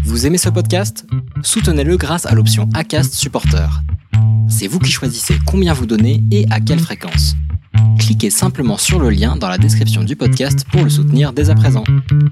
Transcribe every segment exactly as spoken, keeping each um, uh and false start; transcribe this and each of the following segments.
Vous aimez ce podcast ? Soutenez-le grâce à l'option Acast Supporter. C'est vous qui choisissez combien vous donnez et à quelle fréquence. Cliquez simplement sur le lien dans la description du podcast pour le soutenir dès à présent.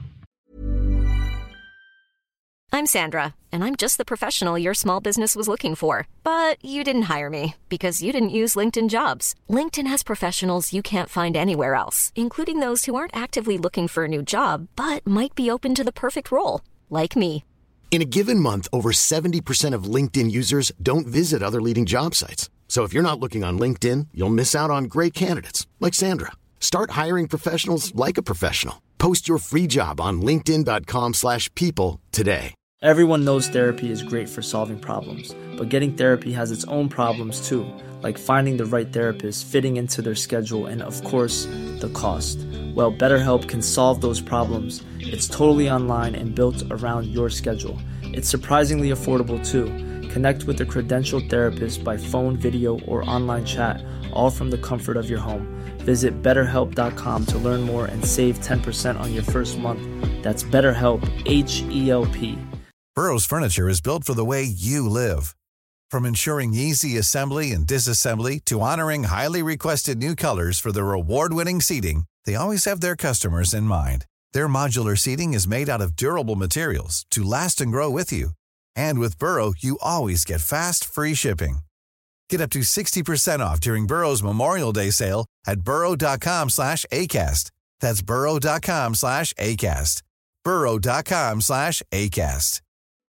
I'm Sandra, and I'm just the professional your small business was looking for. But you didn't hire me because you didn't use LinkedIn Jobs. LinkedIn has professionals you can't find anywhere else, including those who aren't actively looking for a new job, but might be open to the perfect role, like me. In a given month, over seventy percent of LinkedIn users don't visit other leading job sites. So if you're not looking on LinkedIn, you'll miss out on great candidates like Sandra. Start hiring professionals like a professional. Post your free job on linkedin.com slash people today. Everyone knows therapy is great for solving problems, but getting therapy has its own problems too, like finding the right therapist, fitting into their schedule, and of course, the cost. Well, BetterHelp can solve those problems. It's totally online and built around your schedule. It's surprisingly affordable too. Connect with a credentialed therapist by phone, video, or online chat, all from the comfort of your home. Visit better help dot com to learn more and save ten percent on your first month. That's BetterHelp, H E L P. Burrow's furniture is built for the way you live. From ensuring easy assembly and disassembly to honoring highly requested new colors for their award-winning seating, they always have their customers in mind. Their modular seating is made out of durable materials to last and grow with you. And with Burrow, you always get fast, free shipping. Get up to sixty percent off during Burrow's Memorial Day sale at burrow.com slash ACAST. That's burrow.com slash ACAST. burrow.com slash ACAST.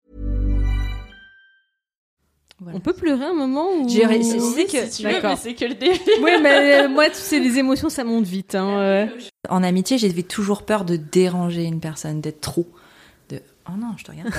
Voilà. On peut pleurer un moment ou... J'ai réussi, c'est que... Si tu veux, mais c'est que le début. Oui, mais euh, moi, tu sais, les émotions, ça monte vite. Hein, euh. En amitié, j'avais toujours peur de déranger une personne, d'être trop... De... Oh non, je te regarde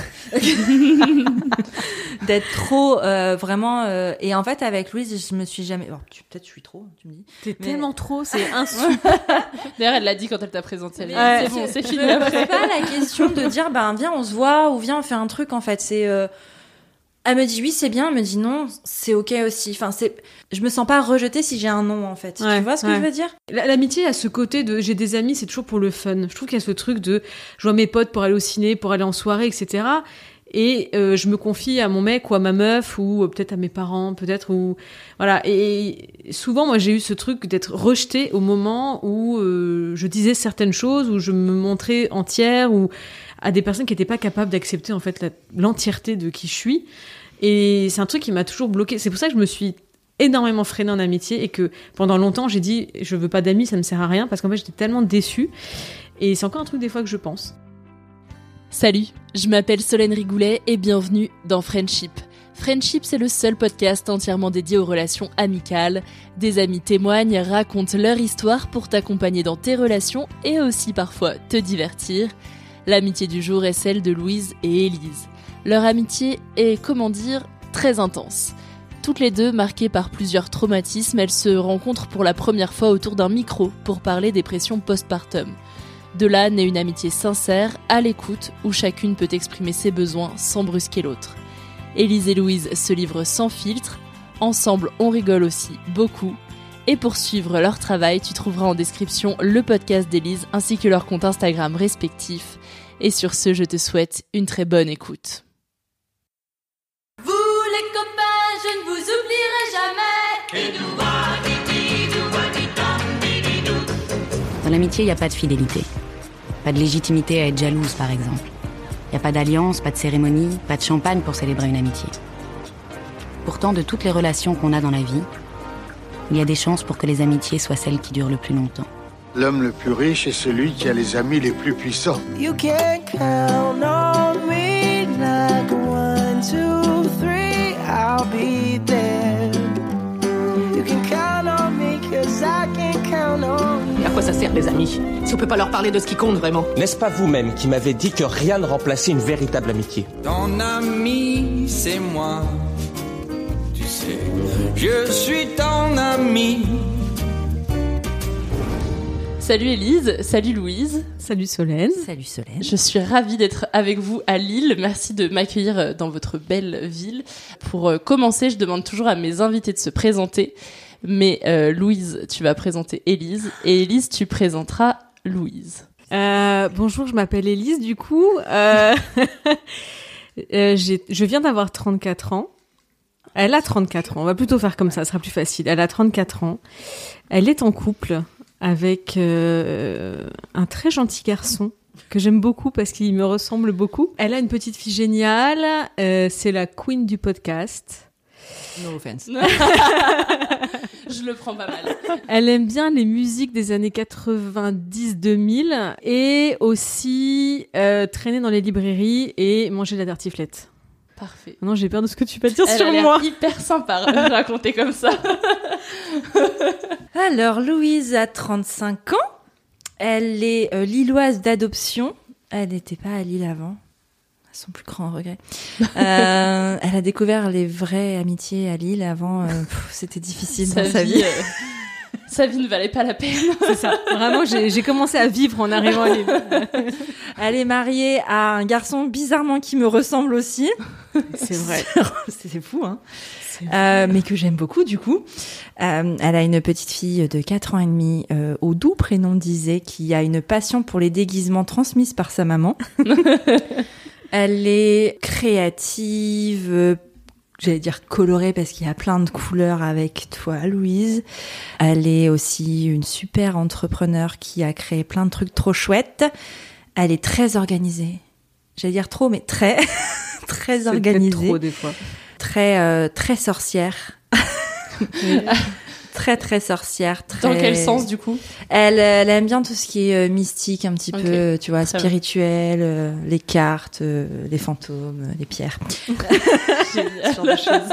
pas. D'être trop, euh, vraiment... Euh... Et en fait, avec Louise, je me suis jamais... Bon, tu... peut-être je suis trop, tu me dis. T'es mais... tellement trop, c'est insupportable. D'ailleurs, elle l'a dit quand elle t'a présenté. Elle ouais, dit, c'est bon, c'est fini. C'est pas la question de dire, ben, viens, on se voit, ou viens, on fait un truc, en fait. C'est... Euh... Elle me dit oui, c'est bien. Elle me dit non, c'est ok aussi. Enfin, c'est, je me sens pas rejetée si j'ai un non, en fait. Ouais, tu vois ce ouais. que je veux dire ? L'amitié a ce côté de j'ai des amis, c'est toujours pour le fun. Je trouve qu'il y a ce truc de je vois mes potes pour aller au ciné, pour aller en soirée, et cetera. Et euh, je me confie à mon mec ou à ma meuf ou peut-être à mes parents, peut-être ou voilà. Et souvent, moi, j'ai eu ce truc d'être rejetée au moment où euh, je disais certaines choses, où je me montrais entière ou à des personnes qui n'étaient pas capables d'accepter en fait la, l'entièreté de qui je suis. Et c'est un truc qui m'a toujours bloquée. C'est pour ça que je me suis énormément freinée en amitié et que pendant longtemps j'ai dit je veux pas d'amis, ça me sert à rien parce qu'en fait j'étais tellement déçue. Et c'est encore un truc des fois que je pense. Salut, je m'appelle Solène Rigoulet et bienvenue dans Friendship. Friendship, c'est le seul podcast entièrement dédié aux relations amicales. Des amis témoignent, racontent leur histoire pour t'accompagner dans tes relations et aussi parfois te divertir. L'amitié du jour est celle de Louise et Élise. Leur amitié est, comment dire, très intense. Toutes les deux marquées par plusieurs traumatismes, elles se rencontrent pour la première fois autour d'un micro pour parler des pressions postpartum. De là naît une amitié sincère, à l'écoute, où chacune peut exprimer ses besoins sans brusquer l'autre. Élise et Louise se livrent sans filtre. Ensemble, on rigole aussi beaucoup. Et pour suivre leur travail, tu trouveras en description le podcast d'Élise ainsi que leur compte Instagram respectif. Et sur ce, je te souhaite une très bonne écoute. Vous les copains, je ne vous oublierai jamais. Dans l'amitié, il n'y a pas de fidélité. Pas de légitimité à être jalouse, par exemple. Il n'y a pas d'alliance, pas de cérémonie, pas de champagne pour célébrer une amitié. Pourtant, de toutes les relations qu'on a dans la vie, il y a des chances pour que les amitiés soient celles qui durent le plus longtemps. L'homme le plus riche est celui qui a les amis les plus puissants. You can count on me like one, two, three, I'll be there. You can count on me cause I can count on you. À quoi ça sert les amis si on peut pas leur parler de ce qui compte vraiment? N'est-ce pas vous-même qui m'avez dit que rien ne remplaçait une véritable amitié? Ton ami, c'est moi. Tu sais, je suis ton ami. Salut Élise, salut Louise. Salut Solène. Salut Solène. Je suis ravie d'être avec vous à Lille. Merci de m'accueillir dans votre belle ville. Pour commencer, je demande toujours à mes invités de se présenter. Mais euh, Louise, tu vas présenter Élise. Et Élise, tu présenteras Louise. Euh, bonjour, je m'appelle Élise du coup. Euh... Euh, j'ai, je viens d'avoir trente-quatre ans. Elle a trente-quatre ans. On va plutôt faire comme ça, ça sera plus facile. Elle a trente-quatre ans. Elle est en couple avec euh, un très gentil garçon que j'aime beaucoup parce qu'il me ressemble beaucoup. Elle a une petite fille géniale. Euh, c'est la queen du podcast. No offense. Je le prends pas mal. Elle aime bien les musiques des années quatre-vingt-dix deux mille et aussi euh, traîner dans les librairies et manger de la tartiflette. Parfait. Non, j'ai peur de ce que tu vas dire Elle sur a l'air moi. Hyper sympa de raconter comme ça. Alors, Louise a trente-cinq ans. Elle est euh, lilloise d'adoption. Elle n'était pas à Lille avant. Son plus grand regret. euh, elle a découvert les vraies amitiés à Lille. Avant, euh, pff, c'était difficile sa dans sa vie. vie euh, sa vie ne valait pas la peine. C'est ça. Vraiment, j'ai, j'ai commencé à vivre en arrivant à Lille. Elle est mariée à un garçon bizarrement qui me ressemble aussi. C'est vrai. C'est fou, hein. Euh, mais que j'aime beaucoup du coup. Euh, elle a une petite fille de quatre ans et demi euh, au doux prénom d'Isée qui a une passion pour les déguisements transmises par sa maman. Elle est créative, euh, j'allais dire colorée parce qu'il y a plein de couleurs avec toi, Louise. Elle est aussi une super entrepreneur qui a créé plein de trucs trop chouettes. Elle est très organisée. J'allais dire trop, mais très, très C'est organisée. peut-être trop des fois. Très, euh, très sorcière. Très, très sorcière. Très... Dans quel sens, du coup ? elle, elle aime bien tout ce qui est euh, mystique, un petit Okay. peu, tu vois, Très spirituel, euh, les cartes, euh, les fantômes, euh, les pierres. Génial. Ce genre de choses.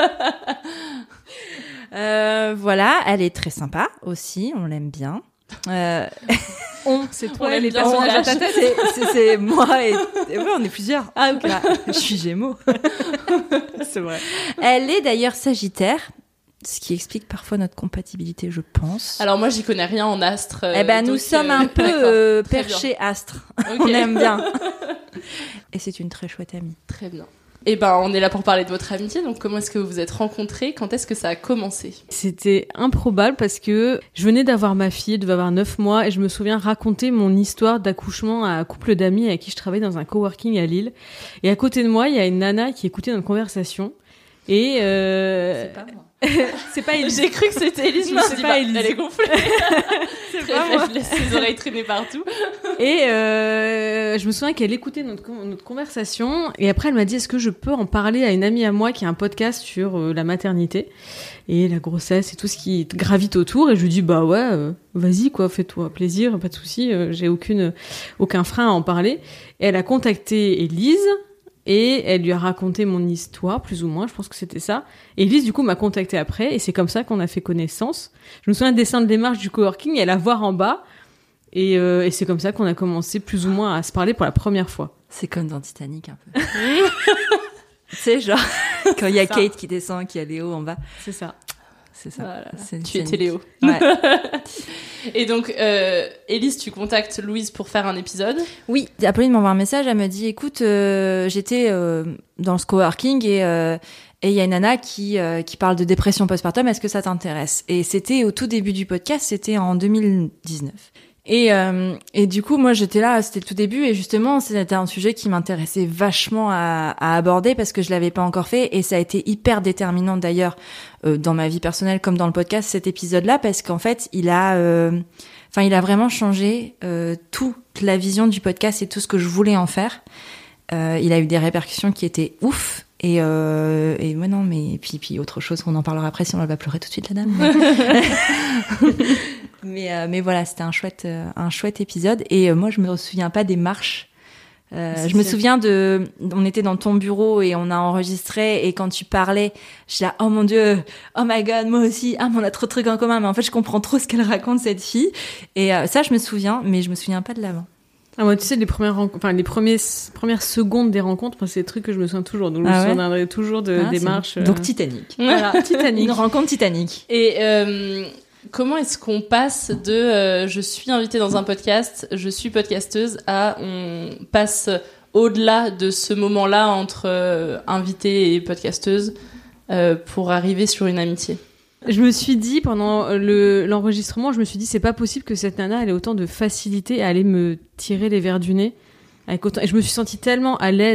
Euh, voilà, elle est très sympa aussi, on l'aime bien. Euh... On, c'est toi, On l'aime les bien, personnages on à ta tête. c'est, c'est, c'est moi et, et ouais, on est plusieurs. Ah, ok. Bah, je suis Gémeaux. C'est vrai. Elle est d'ailleurs Sagittaire, ce qui explique parfois notre compatibilité, je pense. Alors moi, j'y connais rien en astre. euh, eh ben, nous donc, sommes euh, un peu d'accord. euh, Très perchés astres. Ok. On aime bien. Et c'est une très chouette amie. Très bien. Eh ben, on est là pour parler de votre amitié. Donc, comment est-ce que vous vous êtes rencontrés ? Quand est-ce que ça a commencé ? C'était improbable parce que je venais d'avoir ma fille, elle devait avoir neuf mois, et je me souviens raconter mon histoire d'accouchement à un couple d'amis avec qui je travaillais dans un coworking à Lille. Et à côté de moi, il y a une nana qui écoutait notre conversation. Et euh... C'est pas moi. c'est pas Élise. J'ai cru que c'était Élise, je me Non, suis dit, c'est pas bah, Élise. elle est gonflée. C'est Très pas bien, moi. je laisse ses oreilles traîner partout. Et euh, je me souviens qu'elle écoutait notre, con- notre conversation. Et après, elle m'a dit, est-ce que je peux en parler à une amie à moi qui a un podcast sur euh, la maternité et la grossesse et tout ce qui gravite autour. Et je lui dis, bah ouais, euh, vas-y, quoi, fais-toi plaisir, pas de souci. euh, j'ai aucune, aucun frein à en parler. Et elle a contacté Élise. Et elle lui a raconté mon histoire, plus ou moins, je pense que c'était ça. Et Elise, du coup, m'a contactée après, et c'est comme ça qu'on a fait connaissance. Je me souviens descendre les marches du coworking, et la voir en bas, et, euh, et c'est comme ça qu'on a commencé plus ou moins à se parler pour la première fois. C'est comme dans Titanic, un peu. Tu sais, genre, quand il y a ça. Kate qui descend, qu'il y a Léo en bas. C'est ça. C'est ça. Voilà. C'est Tu Titanic. étais Léo. Ouais. Et donc, euh, Élise, tu contactes Louise pour faire un épisode. Oui, Apolline m'envoie un message, elle me dit, écoute, euh, j'étais euh, dans ce coworking et euh, et il y a une nana qui euh, qui parle de dépression postpartum, est-ce que ça t'intéresse ? Et c'était au tout début du podcast, c'était en deux mille dix-neuf. Et euh, et du coup, moi j'étais là, c'était le tout début et justement, c'était un sujet qui m'intéressait vachement à, à aborder parce que je l'avais pas encore fait et ça a été hyper déterminant d'ailleurs euh, dans ma vie personnelle comme dans le podcast cet épisode-là parce qu'en fait, il a euh, enfin, il a vraiment changé euh, toute la vision du podcast et tout ce que je voulais en faire. Euh, il a eu des répercussions qui étaient ouf. Et, euh, et ouais, non, mais puis, puis autre chose, on en parlera après, sinon elle va pleurer tout de suite, la dame. mais, euh, mais voilà, c'était un chouette, euh, un chouette épisode. Et euh, moi, je me souviens pas des marches. Euh, je me souviens de, on était dans ton bureau et on a enregistré et quand tu parlais, je là, oh mon dieu, oh my god, moi aussi, ah, mais on a trop de trucs en commun, mais en fait, je comprends trop ce qu'elle raconte, cette fille. Et euh, ça, je me souviens, mais je me souviens pas de l'avant. Ah, moi, tu sais, les premières rencontres, enfin, les premiers, premières secondes des rencontres, moi, c'est des trucs que je me souviens toujours. Donc, je Ah me ouais souviendrai toujours de, Ah, des c'est marches. bon. Donc, Titanic. Voilà, Titanic. Une rencontre Titanic. Et euh, comment est-ce qu'on passe de euh, je suis invitée dans un podcast, je suis podcasteuse, à on passe au-delà de ce moment-là entre euh, invitée et podcasteuse euh, pour arriver sur une amitié? Je me suis dit, pendant le, l'enregistrement, je me suis dit, c'est pas possible que cette nana, elle ait autant de facilité à aller me tirer les verres du nez. Avec autant... Et je me suis sentie tellement à l'aise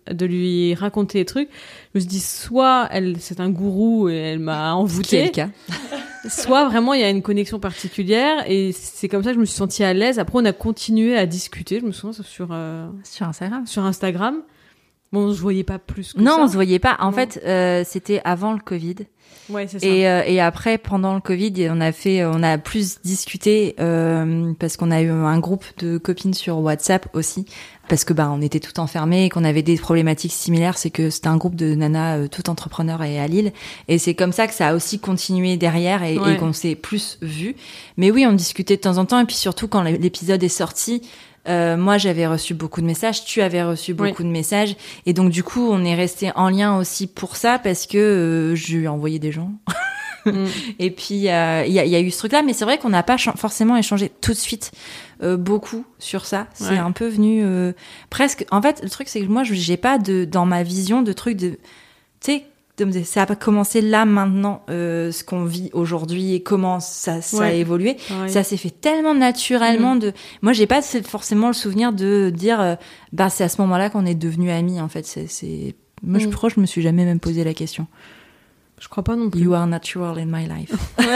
de lui raconter des trucs, je me suis dit, soit elle, c'est un gourou et elle m'a envoûtée. Qui est le cas. Soit vraiment il y a une connexion particulière et c'est comme ça que je me suis sentie à l'aise. Après on a continué à discuter, je me souviens sur euh, sur Instagram. Sur Instagram. Bon, on se voyait pas plus que non, ça. Non, on se voyait pas. En non. fait, euh, c'était avant le Covid. Ouais, c'est ça. Et, euh, et après, pendant le Covid, on a fait, on a plus discuté euh, parce qu'on a eu un groupe de copines sur WhatsApp aussi, parce que bah on était toutes enfermées et qu'on avait des problématiques similaires. C'est que c'était un groupe de nanas euh, toutes entrepreneurs et à Lille, et c'est comme ça que ça a aussi continué derrière et, ouais. et qu'on s'est plus vus. Mais oui, on discutait de temps en temps, et puis surtout quand l'épisode est sorti. Euh, moi, j'avais reçu beaucoup de messages, tu avais reçu beaucoup oui. de messages, et donc du coup, on est resté en lien aussi pour ça parce que euh, je lui ai envoyé des gens. mm. Et puis il euh, y, a, y a eu ce truc-là, mais c'est vrai qu'on n'a pas ch- forcément échangé tout de suite euh, beaucoup sur ça. C'est ouais. un peu venu euh, presque. En fait, le truc c'est que moi, j'ai pas de dans ma vision de truc de, tu sais. Ça a commencé là maintenant, euh, ce qu'on vit aujourd'hui et comment ça, ça ouais. a évolué. Ouais. Ça s'est fait tellement naturellement. Mmh. De, moi, j'ai pas forcément le souvenir de dire, euh, bah c'est à ce moment-là qu'on est devenus amis. En fait, c'est, c'est... moi, mmh. je crois que je me suis jamais même posé la question. Je crois pas non plus. You are natural in my life.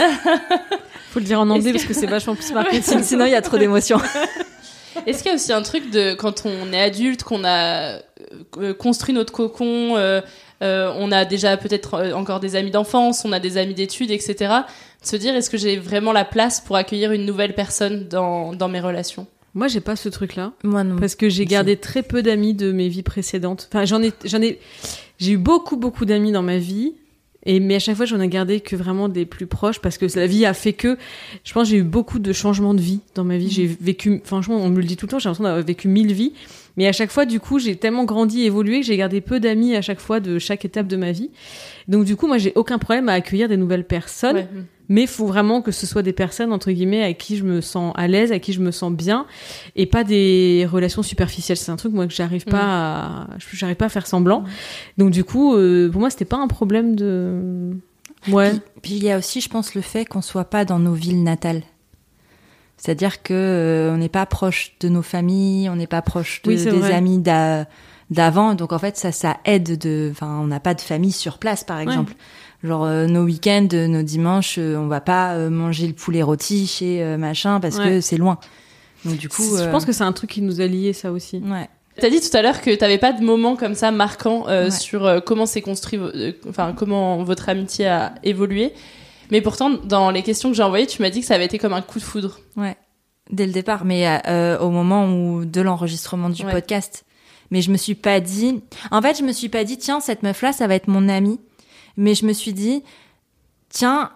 Faut le dire en anglais parce que c'est vachement plus marketing. Sinon, il y a trop d'émotions. Est-ce qu'il y a aussi un truc de quand on est adulte, qu'on a euh, construit notre cocon, euh, euh, on a déjà peut-être euh, encore des amis d'enfance, on a des amis d'études, et cetera. De se dire, est-ce que j'ai vraiment la place pour accueillir une nouvelle personne dans, dans mes relations ? Moi, j'ai pas ce truc-là. Moi non. Parce que j'ai gardé très peu d'amis de mes vies précédentes. Enfin, j'en ai, j'en ai, j'ai eu beaucoup, beaucoup d'amis dans ma vie. Et, mais à chaque fois, j'en ai gardé que vraiment des plus proches parce que la vie a fait que, je pense, j'ai eu beaucoup de changements de vie dans ma vie. Mmh. J'ai vécu, franchement, on me le dit tout le temps, j'ai l'impression d'avoir vécu mille vies. Mais à chaque fois, du coup, j'ai tellement grandi et évolué que j'ai gardé peu d'amis à chaque fois de chaque étape de ma vie. Donc, du coup, moi, j'ai aucun problème à accueillir des nouvelles personnes. Ouais. Mais il faut vraiment que ce soit des personnes, entre guillemets, avec qui je me sens à l'aise, avec qui je me sens bien, et pas des relations superficielles. C'est un truc, moi, que j'arrive pas à, j'arrive pas à faire semblant. Mmh. Donc, du coup, euh, pour moi, c'était pas un problème de... Ouais. Puis, puis il y a aussi, je pense, le fait qu'on soit pas dans nos villes natales. C'est-à-dire que euh, on n'est pas proche de nos familles, on n'est pas proche de, oui, des vrai. amis d'a, d'avant. Donc, en fait, ça, ça aide de, enfin, on n'a pas de famille sur place, par exemple. Ouais. Genre, euh, nos week-ends, nos dimanches, euh, on va pas euh, manger le poulet rôti chez euh, machin parce ouais. que c'est loin. Donc, du coup. Euh... Je pense que c'est un truc qui nous a liés, ça aussi. Ouais. T'as dit tout à l'heure que t'avais pas de moment comme ça marquant euh, ouais. sur euh, comment s'est construit, euh, enfin, comment votre amitié a évolué. Mais pourtant, dans les questions que j'ai envoyées, tu m'as dit que ça avait été comme un coup de foudre. Ouais. Dès le départ. Mais euh, au moment où, de l'enregistrement du ouais. podcast. Mais je me suis pas dit. En fait, je me suis pas dit, tiens, cette meuf-là, ça va être mon amie. Mais je me suis dit, tiens,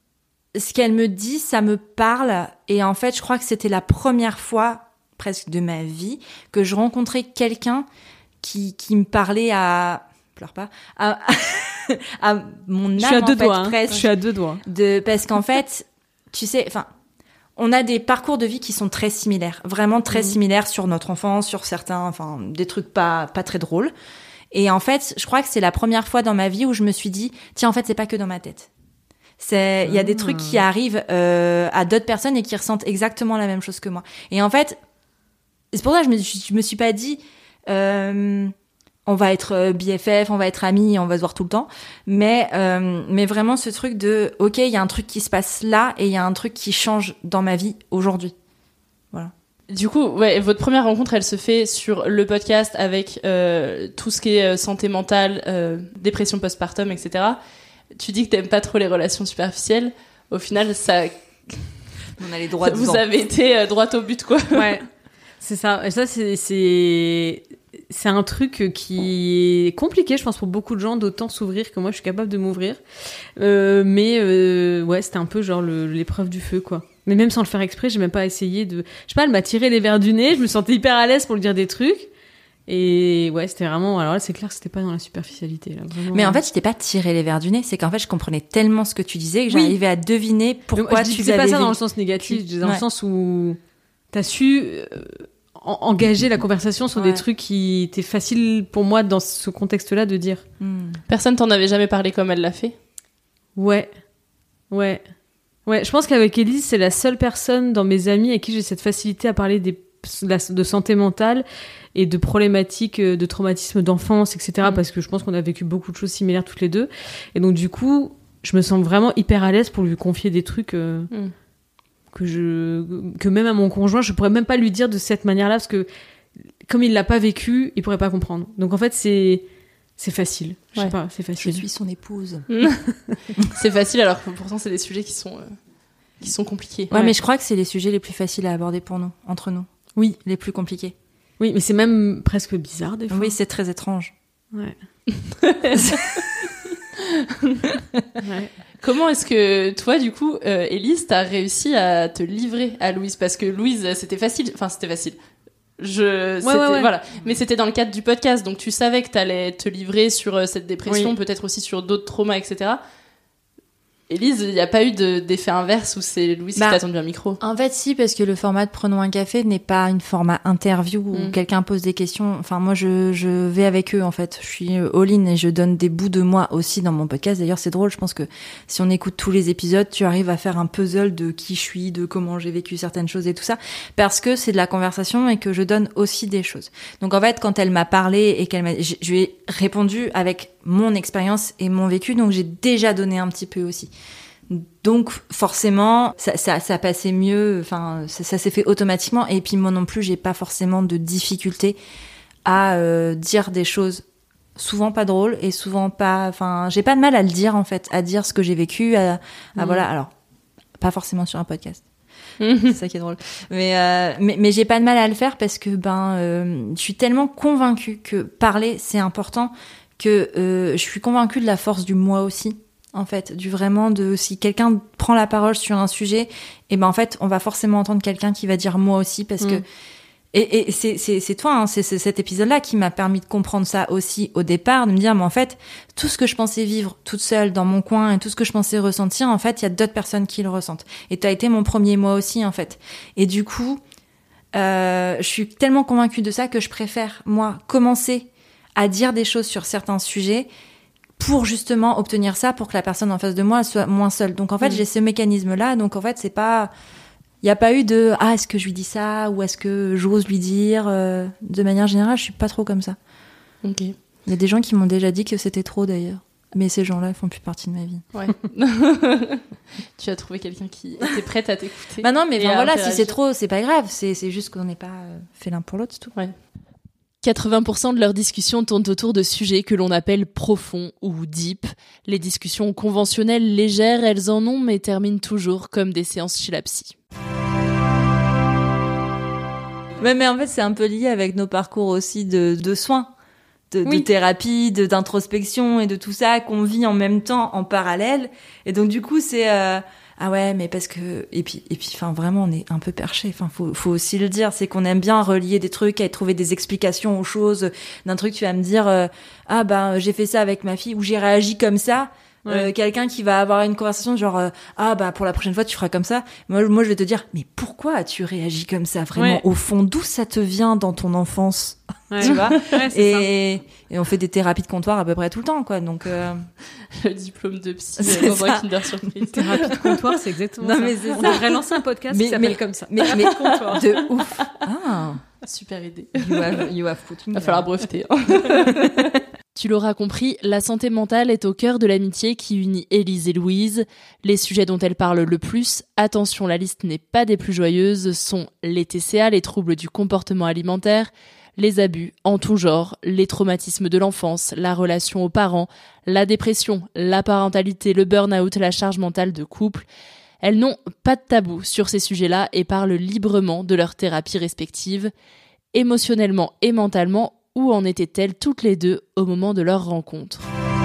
ce qu'elle me dit, ça me parle. Et en fait, je crois que c'était la première fois, presque de ma vie, que je rencontrais quelqu'un qui, qui me parlait à... Pleure pas. À, à mon âme, je suis à deux en fait, doigts, hein. presque. Je suis à deux doigts. De, parce qu'en fait, tu sais, enfin... On a des parcours de vie qui sont très similaires. Vraiment très mmh. similaires sur notre enfance, sur certains... Enfin, des trucs pas, pas très drôles. Et en fait, je crois que c'est la première fois dans ma vie où je me suis dit, tiens, en fait, c'est pas que dans ma tête. C'est, il y a des trucs qui arrivent euh, à d'autres personnes et qui ressentent exactement la même chose que moi. Et en fait, c'est pour ça que je me, je me suis pas dit, euh, on va être B F F, on va être amis, on va se voir tout le temps. Mais, euh, mais vraiment ce truc de, ok, il y a un truc qui se passe là et il y a un truc qui change dans ma vie aujourd'hui. Voilà. Du coup, ouais, votre première rencontre, elle se fait sur le podcast avec euh, tout ce qui est euh, santé mentale, euh, dépression postpartum, et cetera. Tu dis que t'aimes pas trop les relations superficielles. Au final, ça... On a les droits Vous avez été euh, droit au but, quoi. Ouais, c'est ça. Et ça, c'est, c'est... c'est un truc qui est compliqué, je pense, pour beaucoup de gens d'autant s'ouvrir que moi, je suis capable de m'ouvrir. Euh, mais euh, ouais, c'était un peu genre le, l'épreuve du feu, quoi. Mais même sans le faire exprès, j'ai même pas essayé de... Je sais pas, elle m'a tiré les verres du nez, je me sentais hyper à l'aise pour lui dire des trucs. Et ouais, c'était vraiment... Alors là, c'est clair que c'était pas dans la superficialité. Là, vraiment... Mais en fait, je t'ai pas tiré les verres du nez, c'est qu'en fait, je comprenais tellement ce que tu disais que j'arrivais oui. à deviner pourquoi je tu disais avais... pas ça vu... dans le sens négatif, je disais dans ouais. le sens où t'as su euh, en- engager la conversation sur ouais. des trucs qui étaient faciles pour moi dans ce contexte-là de dire. Hmm. Personne t'en avait jamais parlé comme elle l'a fait ? Ouais. Ouais. Ouais, je pense qu'avec Élise, c'est la seule personne dans mes amis avec qui j'ai cette facilité à parler des de santé mentale et de problématiques de traumatisme d'enfance, et cetera. Mmh. Parce que je pense qu'on a vécu beaucoup de choses similaires toutes les deux. Et donc, du coup, je me sens vraiment hyper à l'aise pour lui confier des trucs euh, mmh. que, je, que même à mon conjoint, je pourrais même pas lui dire de cette manière-là, parce que comme il l'a pas vécu, il pourrait pas comprendre. Donc, en fait, c'est... C'est facile, je ouais. sais pas, c'est facile. Je suis son épouse. C'est facile, alors que pourtant, c'est des sujets qui sont, euh, qui sont compliqués. Ouais, ouais, mais je crois que c'est les sujets les plus faciles à aborder pour nous, entre nous. Oui. Les plus compliqués. Oui, mais c'est même presque bizarre, des fois. Oui, c'est très étrange. Ouais. ouais. Comment est-ce que, toi, du coup, euh, Élise, t'as réussi à te livrer à Louise ? Parce que Louise, c'était facile, enfin, c'était facile. Je, ouais, ouais, ouais. Voilà. Mais c'était dans le cadre du podcast, donc tu savais que t'allais te livrer sur euh, cette dépression, oui. peut-être aussi sur d'autres traumas, et cetera. Élise, il n'y a pas eu de, d'effet inverse où c'est Louise bah, qui t'a tendu un micro? En fait, si, parce que le format de Prenons un café n'est pas une format interview où mm. quelqu'un pose des questions. Enfin, moi, je, je vais avec eux, en fait. Je suis all-in et je donne des bouts de moi aussi dans mon podcast. D'ailleurs, c'est drôle. Je pense que si on écoute tous les épisodes, tu arrives à faire un puzzle de qui je suis, de comment j'ai vécu certaines choses et tout ça. Parce que c'est de la conversation et que je donne aussi des choses. Donc, en fait, quand elle m'a parlé et qu'elle m'a, je, je lui ai répondu avec mon expérience et mon vécu. Donc, j'ai déjà donné un petit peu aussi. Donc forcément ça, ça, ça passait mieux, enfin ça, ça s'est fait automatiquement. Et puis moi non plus j'ai pas forcément de difficulté à euh, dire des choses souvent pas drôles et souvent pas, enfin j'ai pas de mal à le dire en fait, à dire ce que j'ai vécu, à, à mmh. voilà. Alors pas forcément sur un podcast. C'est ça qui est drôle. Mais, euh, mais, mais j'ai pas de mal à le faire parce que ben, euh, je suis tellement convaincue que parler, c'est important, que euh, je suis convaincue de la force du moi aussi, en fait. Du vraiment de, si quelqu'un prend la parole sur un sujet, et ben en fait, on va forcément entendre quelqu'un qui va dire moi aussi parce mmh. que Et, et c'est, c'est, c'est toi, hein, c'est, c'est cet épisode-là qui m'a permis de comprendre ça aussi au départ, de me dire, mais en fait, tout ce que je pensais vivre toute seule dans mon coin et tout ce que je pensais ressentir, en fait, il y a d'autres personnes qui le ressentent. Et t'as été mon premier moi aussi, en fait. Et du coup, euh, je suis tellement convaincue de ça que je préfère, moi, commencer à dire des choses sur certains sujets pour justement obtenir ça, pour que la personne en face de moi soit moins seule. Donc en fait, mmh. j'ai ce mécanisme-là, donc en fait, c'est pas... Il n'y a pas eu de « Ah, est-ce que je lui dis ça ?» ou « Est-ce que j'ose lui dire ?» euh, De manière générale, je suis pas trop comme ça. Ok. Il y a des gens qui m'ont déjà dit que c'était trop, d'ailleurs. Mais ces gens-là, ils font plus partie de ma vie. Ouais. Tu as trouvé quelqu'un qui était prête à t'écouter. Bah non, mais voilà, si c'est trop, c'est pas grave. C'est, c'est juste qu'on n'est pas euh, fait l'un pour l'autre, c'est tout. Ouais. quatre-vingts pour cent de leurs discussions tournent autour de sujets que l'on appelle profonds ou deep. Les discussions conventionnelles légères, elles en ont, mais terminent toujours comme des séances chez la psy. Ouais, mais en fait, c'est un peu lié avec nos parcours aussi de, de soins, de, oui. de thérapie, de, d'introspection et de tout ça qu'on vit en même temps, en parallèle. Et donc, du coup, c'est... Euh, ah ouais, mais parce que... Et puis, et puis, enfin, vraiment, on est un peu perché. Enfin, faut, faut aussi le dire, c'est qu'on aime bien relier des trucs et trouver des explications aux choses. D'un truc, tu vas me dire, euh, ah ben, j'ai fait ça avec ma fille, ou j'ai réagi comme ça. Ouais. Euh, quelqu'un qui va avoir une conversation genre euh, ah bah pour la prochaine fois tu feras comme ça. Moi, moi je vais te dire mais pourquoi as-tu réagi comme ça vraiment, ouais. Au fond, d'où ça te vient dans ton enfance, ouais. Tu vois, ouais, et, et on fait des thérapies de comptoir à peu près tout le temps quoi, donc euh... le diplôme de psy dans un Kinder Surprise. Thérapie de comptoir, c'est exactement non, ça. Mais c'est on ça. Devrait lancer un podcast mais, qui s'appelle mais, comme ça. Mais, mais comptoir de ouf. Ah super idée. You have, you have put me. Va falloir breveter. Tu l'auras compris, la santé mentale est au cœur de l'amitié qui unit Élise et Louise. Les sujets dont elles parlent le plus, attention, la liste n'est pas des plus joyeuses, sont les T C A, les troubles du comportement alimentaire, les abus en tout genre, les traumatismes de l'enfance, la relation aux parents, la dépression, la parentalité, le burn-out, la charge mentale de couple. Elles n'ont pas de tabou sur ces sujets-là et parlent librement de leurs thérapies respectives. Émotionnellement et mentalement, où en étaient-elles toutes les deux au moment de leur rencontre ?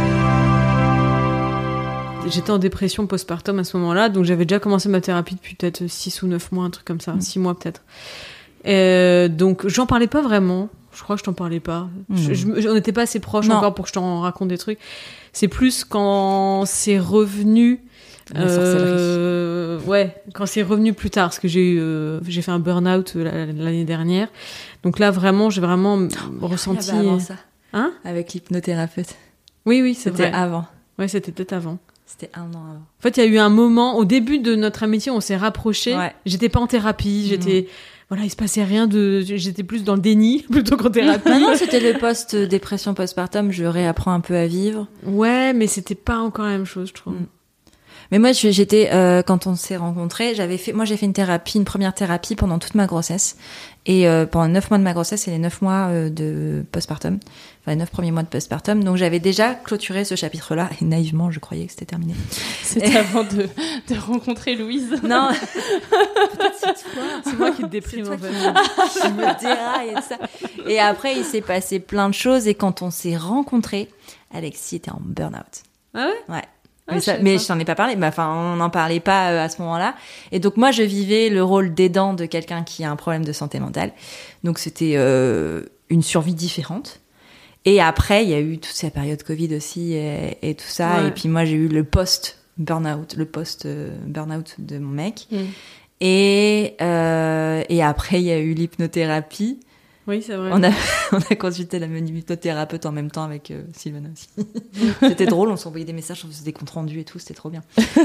J'étais en dépression postpartum à ce moment-là, donc j'avais déjà commencé ma thérapie depuis peut-être six ou neuf mois, un truc comme ça, six mmh. mois peut-être. Euh, donc j'en parlais pas vraiment, je crois que je t'en parlais pas. Mmh. Je, je, on n'était pas assez proches non. encore pour que je t'en raconte des trucs. C'est plus quand c'est revenu... La euh, ouais, quand c'est revenu plus tard, parce que j'ai eu, euh, j'ai fait un burn-out l'année dernière. Donc là, vraiment, j'ai vraiment oh, ressenti. Avant ça. Hein ? Avec l'hypnothérapeute. Oui, oui, c'était vrai. avant. Ouais, c'était peut-être avant. C'était un an avant. En fait, il y a eu un moment, au début de notre amitié, on s'est rapprochés. Ouais. J'étais pas en thérapie, j'étais. Mmh. voilà, il se passait rien de, j'étais plus dans le déni plutôt qu'en thérapie. Non, non, c'était le post-dépression postpartum, je réapprends un peu à vivre. Ouais, mais c'était pas encore la même chose, je trouve. Mm. Mais moi, j'étais euh, quand on s'est rencontrés, j'avais fait, moi j'ai fait une thérapie, une première thérapie pendant toute ma grossesse, et euh, pendant neuf mois de ma grossesse et les neuf mois euh, de postpartum, enfin les neuf premiers mois de postpartum. Donc j'avais déjà clôturé ce chapitre-là, et naïvement, je croyais que c'était terminé. C'était et... avant de, de rencontrer Louise. Non, peut-être c'est toi, c'est moi qui te déprime en fait. Je me déraille et tout ça. Et après, il s'est passé plein de choses, et quand on s'est rencontrés, Alexis était en burn-out. Ah ouais? Ouais. Ah, mais, ça, mais je t'en ai pas parlé, mais enfin, on n'en parlait pas euh, à ce moment-là. Et donc, moi, je vivais le rôle d'aidant de quelqu'un qui a un problème de santé mentale. Donc, c'était euh, une survie différente. Et après, il y a eu toute cette période Covid aussi et, et tout ça. Ouais. Et puis, moi, j'ai eu le post-burnout, le post-burnout de mon mec. Mm. Et, euh, et après, il y a eu l'hypnothérapie. Oui, c'est vrai. On a, on a consulté la même hypnothérapeute en même temps avec euh, Sylvana aussi. C'était drôle, on s'envoyait des messages, on faisait des comptes rendus et tout, c'était trop bien.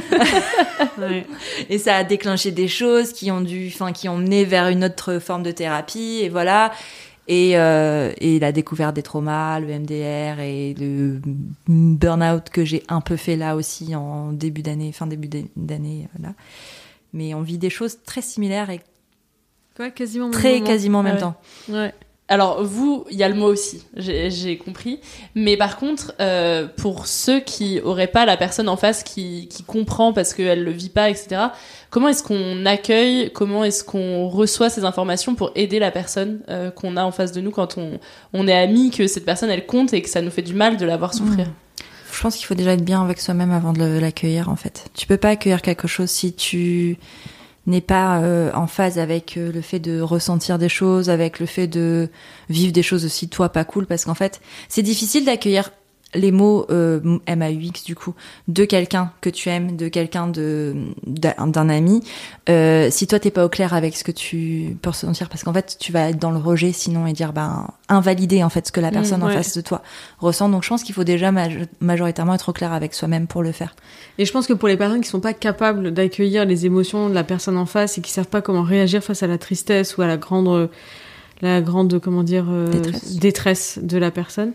Ouais. Et ça a déclenché des choses qui ont dû, enfin, qui ont mené vers une autre forme de thérapie, et voilà. Et, euh, et la découverte des traumas, le M D R et le burn-out que j'ai un peu fait là aussi en début d'année, fin début d'année, là. Mais on vit des choses très similaires et Ouais, quasiment très moment. quasiment en même ouais. temps. Ouais. Alors vous, il y a le moi aussi, j'ai, j'ai compris. Mais par contre, euh, pour ceux qui auraient pas la personne en face qui, qui comprend parce qu'elle le vit pas, et cetera. Comment est-ce qu'on accueille, comment est-ce qu'on reçoit ces informations pour aider la personne euh, qu'on a en face de nous quand on, on est amis, que cette personne elle compte et que ça nous fait du mal de la voir souffrir. Mmh. Je pense qu'il faut déjà être bien avec soi-même avant de l'accueillir en fait. Tu peux pas accueillir quelque chose si tu n'est pas euh, en phase avec euh, le fait de ressentir des choses, avec le fait de vivre des choses aussi toi pas cool, parce qu'en fait c'est difficile d'accueillir les mots euh, M A U X du coup de quelqu'un que tu aimes, de quelqu'un de d'un, d'un ami euh, si toi t'es pas au clair avec ce que tu peux ressentir, parce qu'en fait tu vas être dans le rejet sinon et dire ben invalider en fait ce que la personne mmh, ouais. en face de toi ressent. Donc je pense qu'il faut déjà maj- majoritairement être au clair avec soi-même pour le faire. Et je pense que pour les personnes qui sont pas capables d'accueillir les émotions de la personne en face et qui savent pas comment réagir face à la tristesse ou à la grande la grande comment dire euh, détresse. détresse de la personne,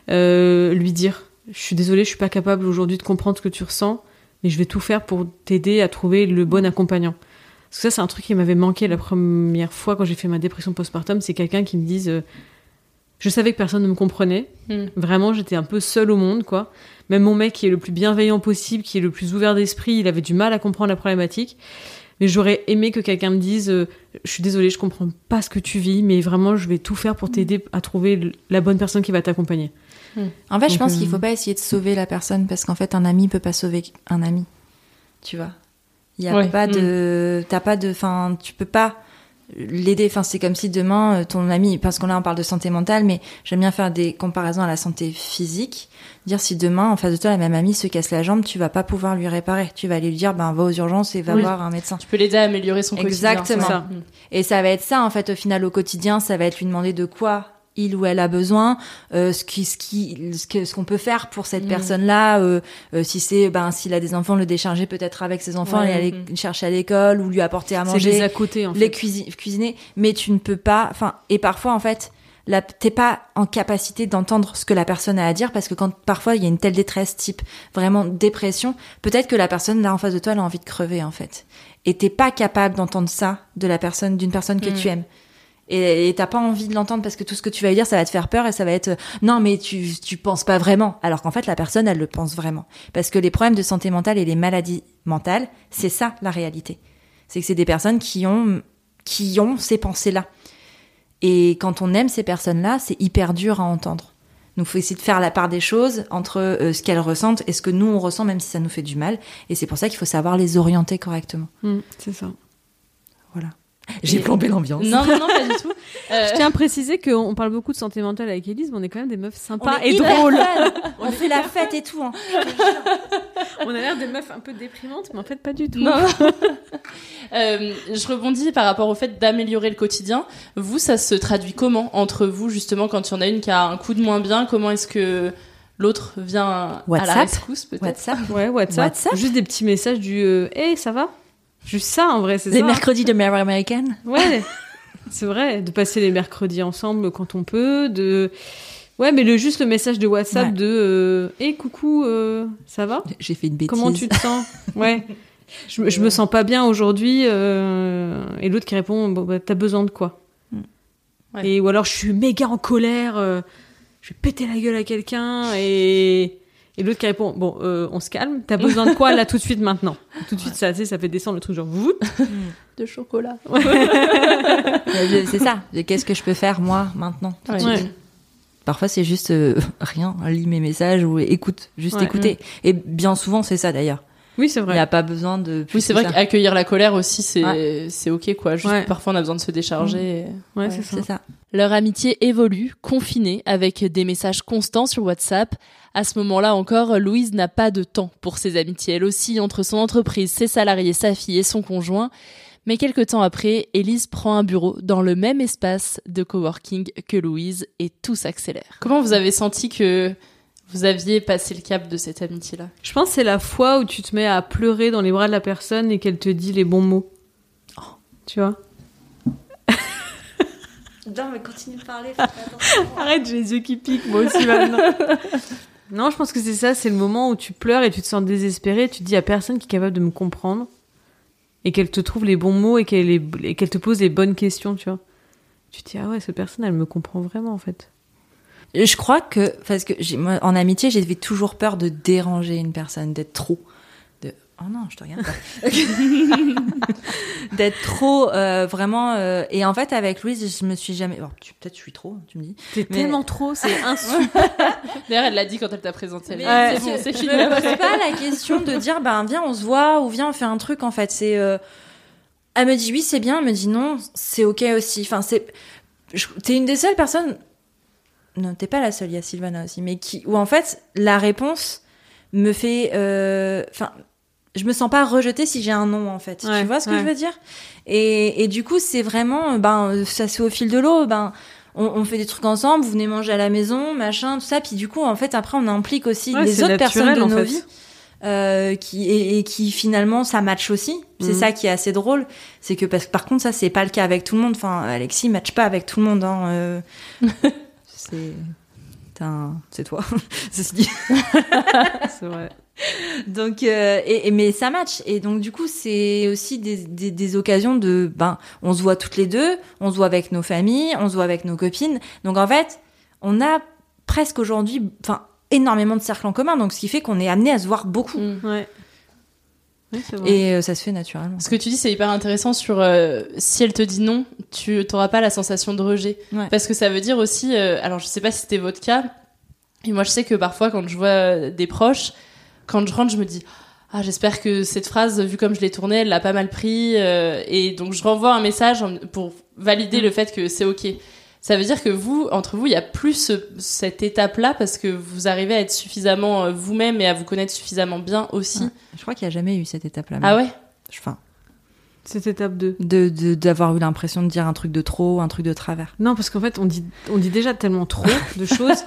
Euh, lui dire je suis désolée, je suis pas capable aujourd'hui de comprendre ce que tu ressens, mais je vais tout faire pour t'aider à trouver le bon accompagnant. Parce que ça c'est un truc qui m'avait manqué la première fois quand j'ai fait ma dépression postpartum, c'est quelqu'un qui me dise euh, je savais que personne ne me comprenait, mm. vraiment j'étais un peu seule au monde quoi. Même mon mec qui est le plus bienveillant possible, qui est le plus ouvert d'esprit, il avait du mal à comprendre la problématique. Mais j'aurais aimé que quelqu'un me dise euh, je suis désolée, je comprends pas ce que tu vis, mais vraiment je vais tout faire pour t'aider à trouver la bonne personne qui va t'accompagner. En fait, donc, je pense euh... qu'il faut pas essayer de sauver la personne, parce qu'en fait, un ami peut pas sauver un ami. Tu vois, il y a ouais. pas de, t'as pas de, enfin, tu peux pas l'aider. Enfin, c'est comme si demain ton ami, parce qu'on là on parle de santé mentale, mais j'aime bien faire des comparaisons à la santé physique. Dire si demain en face de toi la même amie se casse la jambe, tu vas pas pouvoir lui réparer. Tu vas aller lui dire ben va aux urgences et va oui. voir un médecin. Tu peux l'aider à améliorer son quotidien. Exactement. Ça. Et ça va être ça en fait au final au quotidien, ça va être lui demander de quoi il ou elle a besoin, euh, ce qui, ce qui, ce que, ce qu'on peut faire pour cette mmh. personne-là, euh, euh, si c'est, ben, s'il a des enfants, le décharger peut-être avec ses enfants, ouais, et aller mmh. chercher à l'école ou lui apporter à manger, c'est les à côté, en fait. les cuisi- cuisiner. Mais tu ne peux pas, enfin, et parfois en fait, là, t'es pas en capacité d'entendre ce que la personne a à dire, parce que quand parfois il y a une telle détresse, type vraiment dépression, peut-être que la personne là en face de toi, elle a envie de crever en fait, et t'es pas capable d'entendre ça de la personne, d'une personne que mmh. tu aimes. Et, et t'as pas envie de l'entendre parce que tout ce que tu vas lui dire, ça va te faire peur et ça va être euh, non mais tu tu penses pas vraiment, alors qu'en fait la personne elle le pense vraiment, parce que les problèmes de santé mentale et les maladies mentales, c'est ça la réalité, c'est que c'est des personnes qui ont qui ont ces pensées là, et quand on aime ces personnes là, c'est hyper dur à entendre. Donc faut essayer de faire la part des choses entre euh, ce qu'elles ressentent et ce que nous on ressent, même si ça nous fait du mal, et c'est pour ça qu'il faut savoir les orienter correctement. Mmh, c'est ça. Voilà. J'ai et... plombé l'ambiance. Non, non, non, pas du tout. Euh... Je tiens à préciser qu'on parle beaucoup de santé mentale avec Élise, mais on est quand même des meufs sympas et drôles. On, on fait la fête et tout. Hein. On a l'air des meufs un peu déprimantes, mais en fait pas du tout. Non. euh, je rebondis par rapport au fait d'améliorer le quotidien. Vous, ça se traduit comment entre vous, justement, quand il y en a une qui a un coup de moins bien? Comment est-ce que l'autre vient WhatsApp. à la rescousse, peut-être? WhatsApp. Ouais, WhatsApp. WhatsApp. Juste des petits messages du euh, « Hey, ça va » Juste ça, en vrai, c'est Les ça. mercredis de Mère américaine. Ouais. C'est vrai, de passer les mercredis ensemble quand on peut, de... Ouais, mais le, juste le message de WhatsApp ouais. de euh, « Hey, coucou, euh, ça va ? J'ai fait une bêtise. Comment tu te sens ?» Ouais. Je, je me sens pas bien aujourd'hui. Euh, et l'autre qui répond bon, bah, « T'as besoin de quoi ?» ouais. Et, ou alors « Je suis méga en colère, euh, je vais péter la gueule à quelqu'un. » Et, et l'autre qui répond « Bon, euh, on se calme. T'as besoin de quoi là tout de suite maintenant ?» Tout de suite, ouais. ça, tu sais, ça fait descendre le truc genre « Vous ?» De chocolat. Ouais. C'est ça. Qu'est-ce que je peux faire moi maintenant tout de ouais. suite. Parfois, c'est juste euh, rien, lis mes messages ou écoute, juste ouais, écouter. Ouais. Et bien souvent, c'est ça d'ailleurs. Oui, c'est vrai. Il n'y a pas besoin de. Oui, c'est vrai ça. qu'accueillir la colère aussi, c'est, ouais. c'est ok, quoi. Juste ouais. parfois, on a besoin de se décharger. Mmh. Ouais, ouais, c'est, ça. c'est ça. Leur amitié évolue, confinée, avec des messages constants sur WhatsApp. À ce moment-là encore, Louise n'a pas de temps pour ses amitiés. Elle oscille entre son entreprise, ses salariés, sa fille et son conjoint. Mais quelque temps après, Élise prend un bureau dans le même espace de coworking que Louise et tout s'accélère. Comment vous avez senti que vous aviez passé le cap de cette amitié-là ? Je pense que c'est la fois où tu te mets à pleurer dans les bras de la personne et qu'elle te dit les bons mots. Oh. Tu vois ? Non, mais continue de parler. Arrête, j'ai les yeux qui piquent, moi aussi maintenant. Non, je pense que c'est ça, c'est le moment où tu pleures et tu te sens désespéré, tu te dis, il n'y a personne qui est capable de me comprendre. Et qu'elle te trouve les bons mots et qu'elle, est, et qu'elle te pose les bonnes questions, tu vois. Tu te dis, ah ouais, cette personne, elle me comprend vraiment, en fait. Je crois que, parce que j'ai, moi, en amitié, j'avais toujours peur de déranger une personne, d'être trop. De, oh non, je te regarde pas. D'être trop, euh, vraiment. Euh, et en fait, avec Louise, je me suis jamais. Bon, tu, peut-être je suis trop, tu me dis. T'es mais... tellement trop, c'est insupportable. D'ailleurs, elle l'a dit quand elle t'a présenté. Mais ouais, c'est bon, c'est je fini. me pose pas la question de dire, ben, viens, on se voit, ou viens, on fait un truc, en fait. C'est. Euh... Elle me dit oui, c'est bien. Elle me dit non, c'est ok aussi. Enfin, c'est. Je... T'es une des seules personnes. Non, t'es pas la seule, il y a Sylvana aussi, mais qui, où en fait, la réponse me fait, euh, enfin, je me sens pas rejetée si j'ai un non, en fait. Ouais, tu vois ce que ouais. je veux dire? Et, et du coup, c'est vraiment, ben, ça se fait au fil de l'eau, ben, on, on fait des trucs ensemble, vous venez manger à la maison, machin, tout ça, puis du coup, en fait, après, on implique aussi ouais, les autres personnes de nos fait. vies. Euh, qui et, et qui finalement ça match aussi, c'est mmh. ça qui est assez drôle, c'est que parce que par contre ça c'est pas le cas avec tout le monde, enfin Alexis match pas avec tout le monde, hein, euh... c'est un... c'est toi, ceci dit. C'est vrai. Donc euh, et, et mais ça match et donc du coup c'est aussi des, des des occasions de ben on se voit toutes les deux, on se voit avec nos familles, on se voit avec nos copines, donc en fait on a presque aujourd'hui, enfin énormément de cercles en commun, donc ce qui fait qu'on est amené à se voir beaucoup. Mmh. Ouais. Oui, c'est vrai. Et euh, ça se fait naturellement. Ce que tu dis, c'est hyper intéressant sur euh, si elle te dit non, tu t'auras pas la sensation de rejet. Ouais. Parce que ça veut dire aussi, euh, alors je sais pas si c'était votre cas, et moi je sais que parfois quand je vois des proches, quand je rentre, je me dis ah j'espère que cette phrase, vu comme je l'ai tournée, elle l'a pas mal pris, euh, et donc je renvoie un message pour valider mmh. le fait que c'est ok. Ça veut dire que vous, entre vous, il y a plus ce, cette étape-là parce que vous arrivez à être suffisamment vous-même et à vous connaître suffisamment bien aussi. Ouais. Je crois qu'il n'y a jamais eu cette étape-là. Ah ouais ? Enfin, cette étape de... de, de d'avoir eu l'impression de dire un truc de trop, un truc de travers. Non, parce qu'en fait, on dit, on dit déjà tellement trop de choses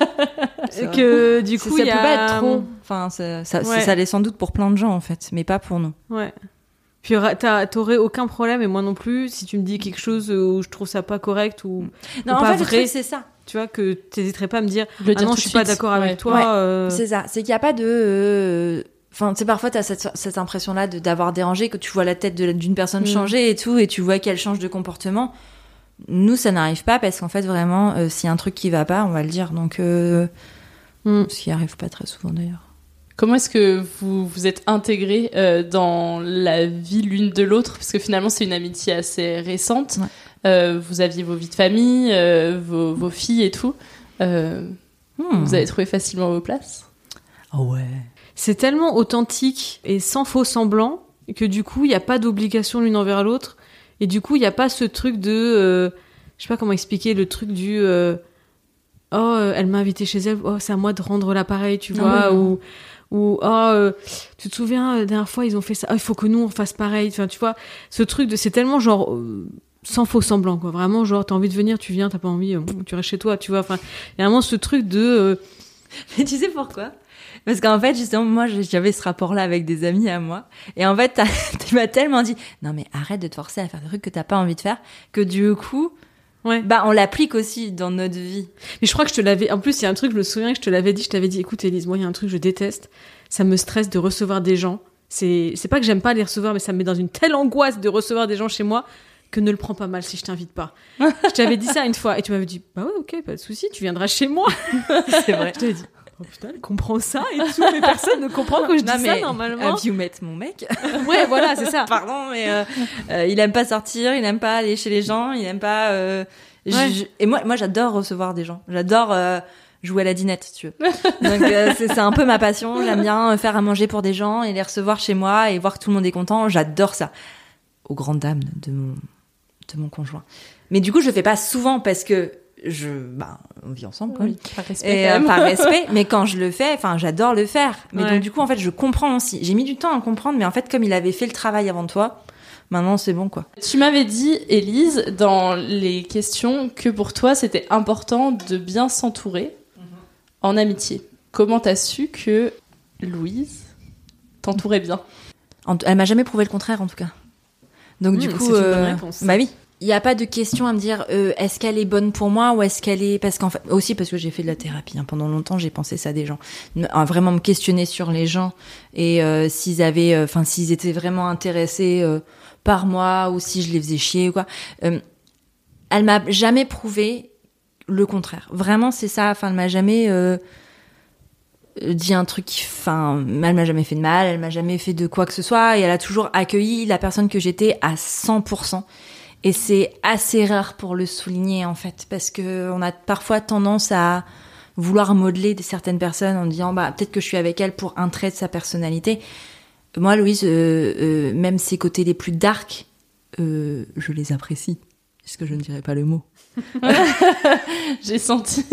que du coup, ça il y a... peut pas être trop. Enfin, ça, ça, ouais. ça l'est sans doute pour plein de gens en fait, mais pas pour nous. Ouais. Puis t'aurais aucun problème, et moi non plus, si tu me dis quelque chose où je trouve ça pas correct ou, non, ou en pas fait, vrai. Le truc, c'est ça. Tu vois, que t'hésiterais pas à me dire, le ah dire non, je suis pas d'accord avec ouais. toi. Ouais, euh... C'est ça. C'est qu'il y a pas de. Enfin, euh... tu sais, parfois t'as cette, cette impression-là de, d'avoir dérangé, que tu vois la tête de, d'une personne mmh. changer et tout, et tu vois qu'elle change de comportement. Nous, ça n'arrive pas parce qu'en fait, vraiment, euh, s'il y a un truc qui va pas, on va le dire. Donc, euh... mmh. ce qui arrive pas très souvent d'ailleurs. Comment est-ce que vous vous êtes intégrés euh, dans la vie l'une de l'autre ? Parce que finalement, c'est une amitié assez récente. Ouais. Euh, vous aviez vos vies de famille, euh, vos, vos filles et tout. Euh, hmm. Vous avez trouvé facilement vos places ? Oh ouais. C'est tellement authentique et sans faux semblant que du coup, il n'y a pas d'obligation l'une envers l'autre. Et du coup, il n'y a pas ce truc de... Euh, je sais pas comment expliquer, le truc du... Euh, oh, elle m'a invité chez elle, oh, c'est à moi de rendre l'appareil, tu vois, ah, ou... Ou, oh, euh, tu te souviens, la dernière fois, ils ont fait ça. Oh, il faut que nous, on fasse pareil. Enfin, tu vois, ce truc de, c'est tellement genre, euh, sans faux semblant, quoi. Vraiment, genre, t'as envie de venir, tu viens, t'as pas envie, euh, tu restes chez toi, tu vois. Enfin, il y a vraiment ce truc de, euh... Mais tu sais pourquoi? Parce qu'en fait, justement, moi, j'avais ce rapport-là avec des amis à moi. Et en fait, tu m'as tellement dit, non, mais arrête de te forcer à faire des trucs que t'as pas envie de faire, que du coup, Ouais. Bah, on l'applique aussi dans notre vie. Mais je crois que je te l'avais. En plus, il y a un truc, je me souviens que je te l'avais dit. Je t'avais dit, écoute, Élise, moi, il y a un truc que je déteste. Ça me stresse de recevoir des gens. C'est, c'est pas que j'aime pas les recevoir, mais ça me met dans une telle angoisse de recevoir des gens chez moi que ne le prends pas mal si je t'invite pas. Je t'avais dit ça une fois et tu m'avais dit, bah ouais, ok, pas de souci, tu viendras chez moi. C'est vrai. Je t'avais dit, oh putain, elle comprend ça et tout, mais personne ne comprend que je non, dis mais ça normalement. Have you met mon mec? Ouais, voilà, c'est ça. Pardon, mais euh, euh, il aime pas sortir, il aime pas aller chez les gens, il aime pas. Euh, Ouais. je, et moi, moi, j'adore recevoir des gens. J'adore euh, jouer à la dinette, si tu veux. Donc euh, c'est, c'est un peu ma passion. J'aime bien faire à manger pour des gens et les recevoir chez moi et voir que tout le monde est content. J'adore ça. Aux grandes dames de mon de mon conjoint. Mais du coup, je le fais pas souvent parce que je, bah, on vit ensemble, quoi. Oui, par respect. Et, quand euh, même. par respect. Mais quand je le fais, enfin, j'adore le faire. Mais Ouais. donc du coup, en fait, je comprends aussi. J'ai mis du temps à comprendre, mais en fait, comme il avait fait le travail avant toi, maintenant c'est bon, quoi. Tu m'avais dit, Élise, dans les questions, que pour toi, c'était important de bien s'entourer en amitié. Comment t'as su que Louise t'entourait bien? En t- Elle m'a jamais prouvé le contraire, en tout cas. Donc Mmh, du coup, c'est une bonne euh, réponse. bah oui. Il n'y a pas de question à me dire euh, est-ce qu'elle est bonne pour moi ou est-ce qu'elle est parce qu'en fait aussi parce que j'ai fait de la thérapie hein, pendant longtemps, j'ai pensé ça des gens, à vraiment me questionner sur les gens et euh, s'ils avaient enfin euh, s'ils étaient vraiment intéressés euh, par moi ou si je les faisais chier ou quoi. Euh, elle m'a jamais prouvé le contraire. Vraiment, c'est ça, enfin elle m'a jamais euh, dit un truc, enfin elle m'a jamais fait de mal, elle m'a jamais fait de quoi que ce soit et elle a toujours accueilli la personne que j'étais à cent pour cent. Et c'est assez rare pour le souligner, en fait, parce que on a parfois tendance à vouloir modeler certaines personnes en disant, bah, peut-être que je suis avec elle pour un trait de sa personnalité. Moi, Louise, euh, euh, même ses côtés les plus dark, euh, je les apprécie. Est-ce que je ne dirais pas le mot? J'ai senti.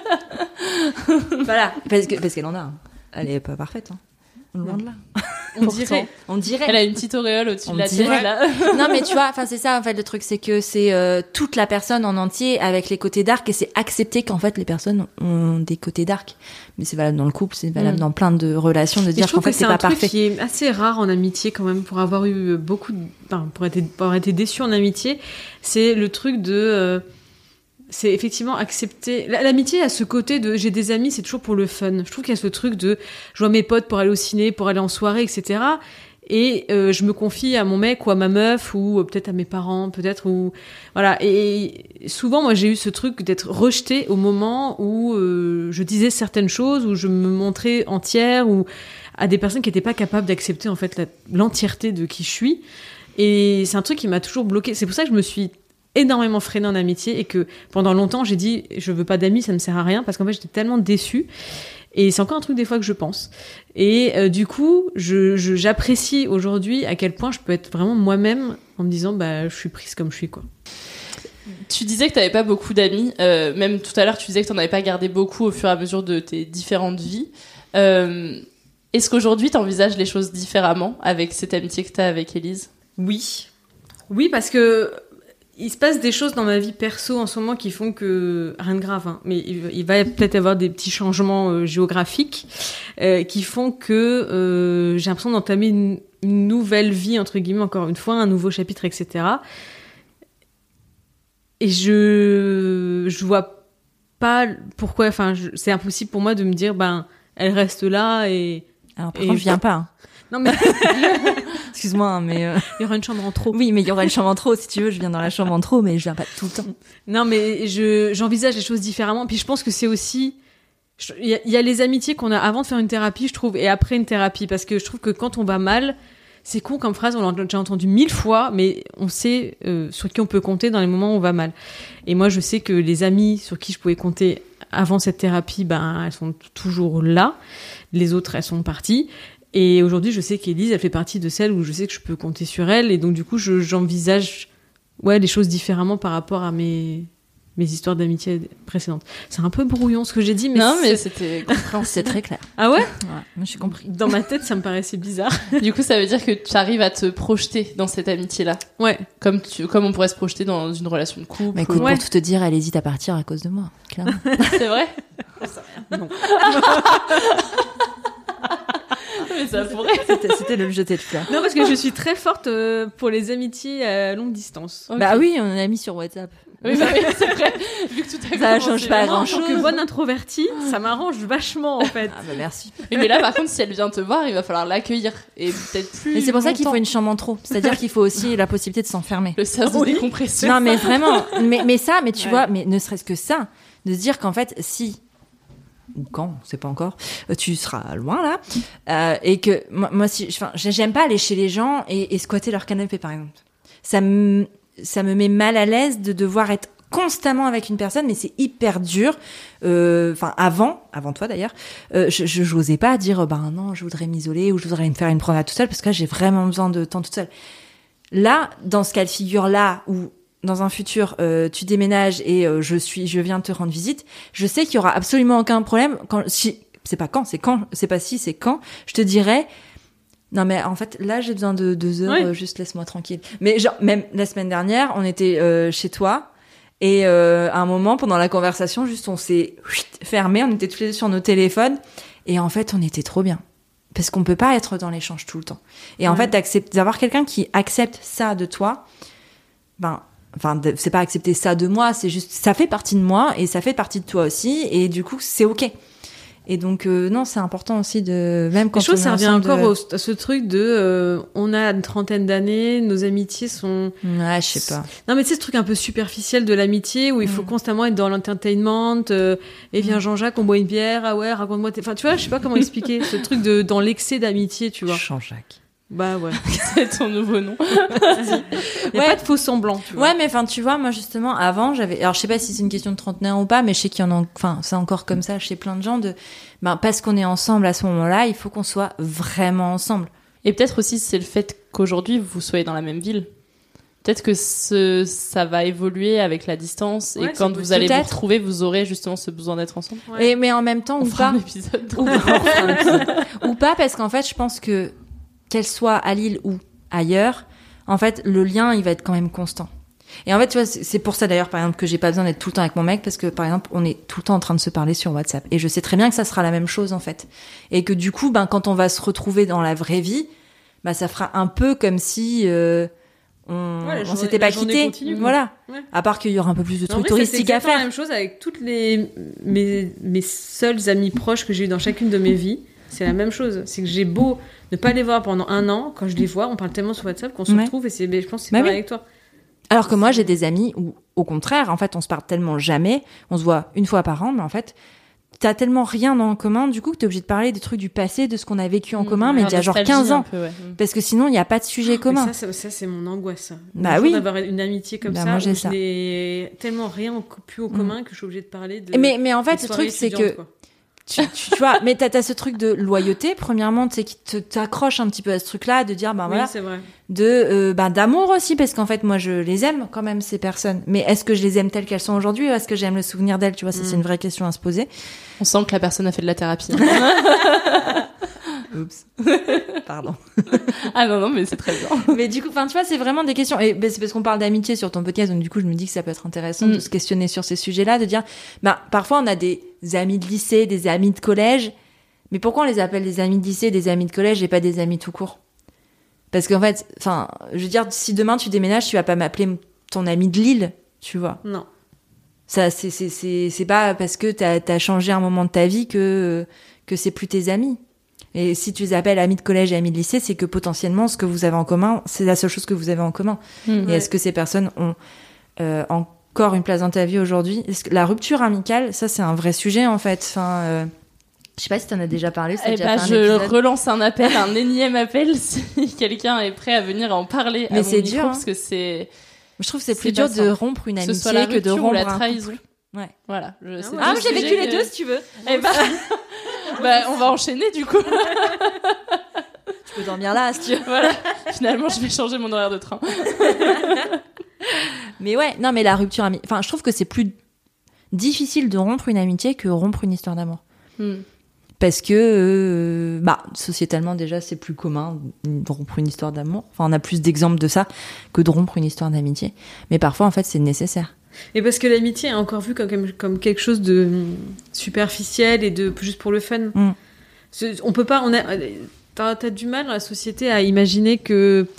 Voilà. Parce que, parce qu'elle en a. Hein. Elle est pas parfaite, hein. Loin de là. On dirait. On dirait. Elle a une petite auréole au-dessus On de la dirait. tête, là. Non, mais tu vois, enfin, c'est ça, en fait, le truc, c'est que c'est euh, toute la personne en entier avec les côtés dark et c'est accepter qu'en fait, les personnes ont des côtés dark. Mais c'est valable dans le couple, c'est valable Mm. dans plein de relations de Et dire je trouve qu'en fait, que c'est c'est pas un truc parfait. qui est assez rare en amitié quand même, pour avoir eu beaucoup, de... enfin, pour être, pour avoir été déçu en amitié, c'est le truc de, euh, c'est effectivement accepter. L'amitié a ce côté de, j'ai des amis, c'est toujours pour le fun. Je trouve qu'il y a ce truc de, je vois mes potes pour aller au ciné, pour aller en soirée, et cetera. Et euh, je me confie à mon mec ou à ma meuf ou euh, peut-être à mes parents, peut-être ou voilà. Et souvent, moi, j'ai eu ce truc d'être rejetée au moment où euh, je disais certaines choses, où je me montrais entière, ou à des personnes qui n'étaient pas capables d'accepter en fait la- l'entièreté de qui je suis. Et c'est un truc qui m'a toujours bloquée. C'est pour ça que je me suis énormément freinée en amitié et que pendant longtemps, j'ai dit je veux pas d'amis, ça ne sert à rien, parce qu'en fait, j'étais tellement déçue. Et c'est encore un truc des fois que je pense. Et euh, du coup, je, je, j'apprécie aujourd'hui à quel point je peux être vraiment moi-même en me disant bah je suis prise comme je suis, quoi. Tu disais que t'avais pas beaucoup d'amis. Euh, même tout à l'heure, tu disais que t'en avais pas gardé beaucoup au fur et à mesure de tes différentes vies. Euh, est-ce qu'aujourd'hui, t'envisages les choses différemment avec cette amitié que t'as avec Élise? Oui. Oui, parce que il se passe des choses dans ma vie perso en ce moment qui font que rien de grave, hein, mais il, il va peut-être y avoir des petits changements euh, géographiques euh, qui font que euh, j'ai l'impression d'entamer une, une nouvelle vie entre guillemets, encore une fois, un nouveau chapitre, et cetera. Et je je vois pas pourquoi. Enfin, je- c'est impossible pour moi de me dire ben elle reste là et. Alors, par et contre, je viens pas. Hein. Non mais Excuse-moi, hein, mais euh, il y aura une chambre en trop. oui, mais il y aura une chambre en trop si tu veux. Je viens dans la chambre en trop, mais je viens pas tout le temps. Non, mais je, j'envisage les choses différemment. Puis je pense que c'est aussi... je- Il y, a- il y a les amitiés qu'on a avant de faire une thérapie, je trouve, et après une thérapie. Parce que je trouve que quand on va mal, c'est con comme phrase, on l'a déjà entendu mille fois, mais on sait euh, sur qui on peut compter dans les moments où on va mal. Et moi, je sais que les amis sur qui je pouvais compter avant cette thérapie, ben, elles sont toujours là. Les autres, elles sont parties. Et aujourd'hui, je sais qu'Élise, elle fait partie de celles où je sais que je peux compter sur elle. Et donc, du coup, je, j'envisage ouais, les choses différemment par rapport à mes, mes histoires d'amitié précédentes. C'est un peu brouillon ce que j'ai dit, mais, Non, mais c'est... c'était compréhensible. C'est très clair. Ah ouais? Ouais, moi, j'ai compris. Dans ma tête, ça me paraissait bizarre. Du coup, ça veut dire que tu arrives à te projeter dans cette amitié-là. Ouais. Comme, tu, comme on pourrait se projeter dans une relation de couple. Mais écoute, Ouais. pour tout te dire, elle hésite à partir à cause de moi, clairement. C'est vrai? Non. Mais ça pourrait. C'était, c'était le jeté de fleurs. Non, parce que je suis très forte euh, pour les amitiés à longue distance. Ok. Bah oui, on l'a mis sur WhatsApp. Oui, bah oui, c'est vrai. Vu que tout a Ça commencé change pas vraiment. En tant grand-chose. que bonne introvertie, ça m'arrange vachement en fait. Ah bah merci. Oui, mais là, par contre, si elle vient te voir, il va falloir l'accueillir. Et peut-être plus. Mais c'est pour ça qu'il longtemps. faut une chambre en trop. C'est-à-dire qu'il faut aussi la possibilité de s'enfermer. Le sas de Oui. décompression. Non mais vraiment, mais, mais ça, mais tu Ouais. vois, mais ne serait-ce que ça, de se dire qu'en fait, si ou quand, on sait pas encore, euh, tu seras loin là, euh, et que moi, moi si, enfin, j'aime pas aller chez les gens et, et squatter leur canapé par exemple. Ça me, ça me met mal à l'aise de devoir être constamment avec une personne, mais c'est hyper dur. Euh, Enfin, avant, avant toi d'ailleurs, euh, je, je j'osais pas dire, ben non, je voudrais m'isoler ou je voudrais me faire une promenade toute seule parce que là, j'ai vraiment besoin de temps toute seule. Là, dans ce cas de figure là où dans un futur, euh, tu déménages et euh, je suis, je viens te rendre visite, je sais qu'il y aura absolument aucun problème. Quand, si, c'est pas quand, c'est quand, c'est pas si, c'est quand. Je te dirais, non mais en fait, là j'ai besoin de deux heures, Ouais. euh, juste laisse-moi tranquille. Mais genre, même la semaine dernière, on était euh, chez toi et euh, à un moment pendant la conversation, juste on s'est chuit, fermé, on était tous les deux sur nos téléphones et en fait, on était trop bien. Parce qu'on peut pas être dans l'échange tout le temps. Et en Ouais. fait, d'accepter, d'avoir quelqu'un qui accepte ça de toi, ben. Enfin, de- c'est pas accepter ça de moi, c'est juste, ça fait partie de moi et ça fait partie de toi aussi, et du coup, c'est ok. Et donc, euh, non, c'est important aussi de, même quand Je trouve on que ça est revient ensemble, encore de... au- à ce truc de, euh, on a une trentaine d'années, nos amitiés sont. Ouais, je sais pas. Non mais tu sais ce truc un peu superficiel de l'amitié où il faut Mm. constamment être dans l'entertainment. Euh, et viens Jean-Jacques, on boit une bière. Ah ouais, raconte-moi. Tes... Enfin tu vois, je sais pas comment expliquer ce truc de dans l'excès d'amitié, tu vois. Jean-Jacques. Bah ouais. C'est ton nouveau nom. Il y a Ouais. pas de faux semblants. Tu vois. Ouais, mais enfin, tu vois, moi, justement, avant, j'avais, alors, je sais pas si c'est une question de trentenaire ou pas, mais je sais qu'il y en a, enfin, c'est encore comme ça chez plein de gens de, ben, parce qu'on est ensemble à ce moment-là, il faut qu'on soit vraiment ensemble. Et peut-être aussi, c'est le fait qu'aujourd'hui, vous soyez dans la même ville. Peut-être que ce, ça va évoluer avec la distance Ouais, et c'est quand vous possible. allez vous Peut-être. retrouver, vous aurez justement ce besoin d'être ensemble. Ouais. Et, mais en même temps, On ou fera pas. un épisode. Ou, on fera un épisode. Ou pas, parce qu'en fait, je pense que, qu'elle soit à Lille ou ailleurs, en fait, le lien, il va être quand même constant. Et en fait, tu vois, c'est c'est pour ça d'ailleurs, par exemple, que j'ai pas besoin d'être tout le temps avec mon mec, parce que, par exemple, on est tout le temps en train de se parler sur WhatsApp. Et je sais très bien que ça sera la même chose, en fait. Et que du coup, ben, quand on va se retrouver dans la vraie vie, ben, ça fera un peu comme si, euh, on, Ouais, la on journée- s'était la pas journée quitté. continue, quoi. Voilà. Ouais. À part qu'il y aura un peu plus de Mais en trucs vrai, c'est touristiques à exactement faire. la même chose avec toutes les mes mes seuls amis proches que j'ai eu dans chacune de mes vies. C'est la même chose. C'est que j'ai beau ne pas les voir pendant un an, quand je les vois, on parle tellement sur WhatsApp qu'on se Ouais. retrouve et c'est, mais je pense que c'est Bah pareil oui. avec toi. Alors que moi, j'ai des amis où, au contraire, en fait, on se parle tellement jamais, on se voit une fois par an, mais en fait, t'as tellement rien en commun, du coup, que t'es obligé de parler des trucs du passé, de ce qu'on a vécu en commun, mais il y a genre quinze ans. Peu, ouais. Mm. Parce que sinon, il n'y a pas de sujet Mais commun. ça, ça, ça, c'est mon angoisse. Ça. Bah Un jour oui. D'avoir une amitié comme Bah, ça, moi, j'ai où ça. je n'ai tellement rien en- plus au commun que je suis obligée de parler de. Mais, mais en fait, des le soirées truc, c'est étudiantes, que, quoi. tu, tu, tu vois, mais t'as, t'as ce truc de loyauté, premièrement, tu sais, qui te, t'accroche un petit peu à ce truc-là, de dire, bah Oui, voilà, c'est vrai. de, euh, bah, d'amour aussi, parce qu'en fait, moi, je les aime quand même, ces personnes. Mais est-ce que je les aime telles qu'elles sont aujourd'hui, ou est-ce que j'aime le souvenir d'elles, tu vois, ça, c'est Mm. une vraie question à se poser. On sent que la personne a fait de la thérapie. Oups. Pardon. Ah non, non, mais c'est très bien. Mais du coup, enfin, tu vois, c'est vraiment des questions. Et ben, c'est parce qu'on parle d'amitié sur ton podcast, donc du coup, je me dis que ça peut être intéressant Mm. de se questionner sur ces sujets-là, de dire, bah, parfois, on a des amis de lycée, des amis de collège, mais pourquoi on les appelle des amis de lycée, des amis de collège et pas des amis tout court? Parce qu'en fait, enfin, je veux dire, si demain tu déménages, tu vas pas m'appeler ton ami de Lille, tu vois. Non. Ça, c'est, c'est, c'est, c'est pas parce que t'as, t'as changé un moment de ta vie que, que c'est plus tes amis. Et si tu les appelles amis de collège et amis de lycée, c'est que potentiellement, ce que vous avez en commun, c'est la seule chose que vous avez en commun. Mm. Et Ouais. est-ce que ces personnes ont euh, encore une place dans ta vie aujourd'hui? Est-ce que la rupture amicale, ça, c'est un vrai sujet, en fait. Enfin, euh, je sais pas si t'en as déjà parlé. Si t'as Eh déjà ben, fait un je épisode. relance un appel, un énième appel, si quelqu'un est prêt à venir en parler à Mais mon c'est micro, dur, hein. parce que c'est... Je trouve que c'est c'est plus dur pas de simple. rompre une Que ce amitié soit la que de rupture ou rompre la un trahison. couple. Ouais. Voilà. Je, c'est Ah, deux mais j'ai sujets vécu les que- deux, si tu veux. Eh ben... bah, on va enchaîner, du coup. Tu peux dormir là, si tu veux. Voilà. Finalement, je vais changer mon horaire de train. Mais ouais, non, mais la rupture amicale. Enfin, je trouve que c'est plus difficile de rompre une amitié que rompre une histoire d'amour. Hmm. Parce que, euh, bah, sociétalement, déjà, c'est plus commun de rompre une histoire d'amour. Enfin, on a plus d'exemples de ça que de rompre une histoire d'amitié. Mais parfois, en fait, c'est nécessaire. Et parce que l'amitié est encore vue comme, comme quelque chose de hum, superficiel et de juste pour le fun. Mm. C'est- On peut pas, on a, t'as, t'as du mal dans la société à imaginer que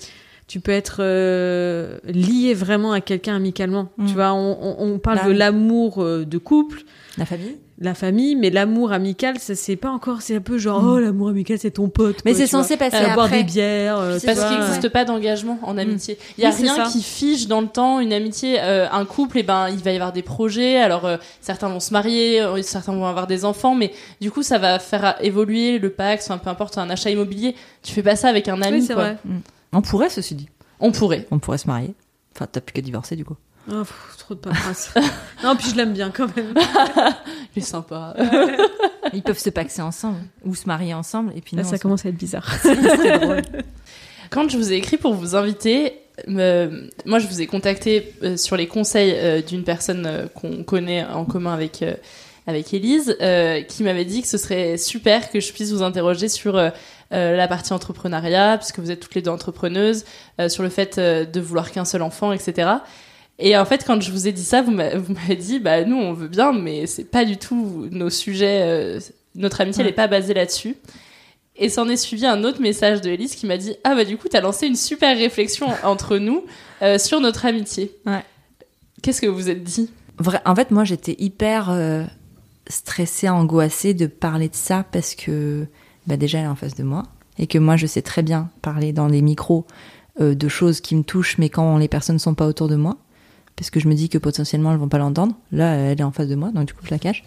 tu peux être euh, lié vraiment à quelqu'un amicalement. Mmh. Tu vois, on, on, on parle bah, de oui. l'amour euh, de couple. La famille. La famille, mais l'amour amical, ça, c'est pas encore, c'est un peu genre, mmh. oh, l'amour amical, c'est ton pote. Mais quoi, c'est censé vois. passer euh, après. Boire des bières. Euh, parce qu'il n'existe ouais. pas d'engagement en amitié. Il y a oui, rien qui fige dans le temps. Une amitié, euh, un couple, et ben, il va y avoir des projets. Alors, euh, certains vont se marier, euh, certains vont avoir des enfants, mais du coup, ça va faire évoluer le pacte, enfin, peu importe, un achat immobilier. Tu fais pas ça avec un ami, oui, c'est quoi. Vrai. Mmh. On pourrait, ceci dit. On pourrait. On pourrait se marier. Enfin, t'as plus qu'à divorcer, du coup. Oh, pff, trop de paperasse. Non, puis je l'aime bien quand même. Il est sympa. Ils peuvent se paxer ensemble ou se marier ensemble. Et puis Là, non, ça on commence à être bizarre. C'est très drôle. Quand je vous ai écrit pour vous inviter, euh, moi je vous ai contacté euh, sur les conseils euh, d'une personne euh, qu'on connaît en commun avec euh, avec Élise, euh, qui m'avait dit que ce serait super que je puisse vous interroger sur euh, euh, la partie entrepreneuriat, puisque vous êtes toutes les deux entrepreneuses, euh, sur le fait euh, de vouloir qu'un seul enfant, et cetera. Et en fait, quand je vous ai dit ça, vous m'avez dit, bah nous on veut bien, mais c'est pas du tout nos sujets. Euh, notre amitié, ouais. elle est pas basée là-dessus. Et s'en est suivi un autre message de Élise qui m'a dit, ah bah du coup t'as lancé une super réflexion entre nous euh, sur notre amitié. Ouais. Qu'est-ce que vous vous êtes dit ? Vrai, en fait, moi j'étais hyper euh, stressée, angoissée de parler de ça parce que bah déjà elle est en face de moi et que moi je sais très bien parler dans les micros euh, de choses qui me touchent, mais quand les personnes sont pas autour de moi. Parce que je me dis que potentiellement elles vont pas l'entendre. Là, elle est en face de moi, donc du coup je la cache.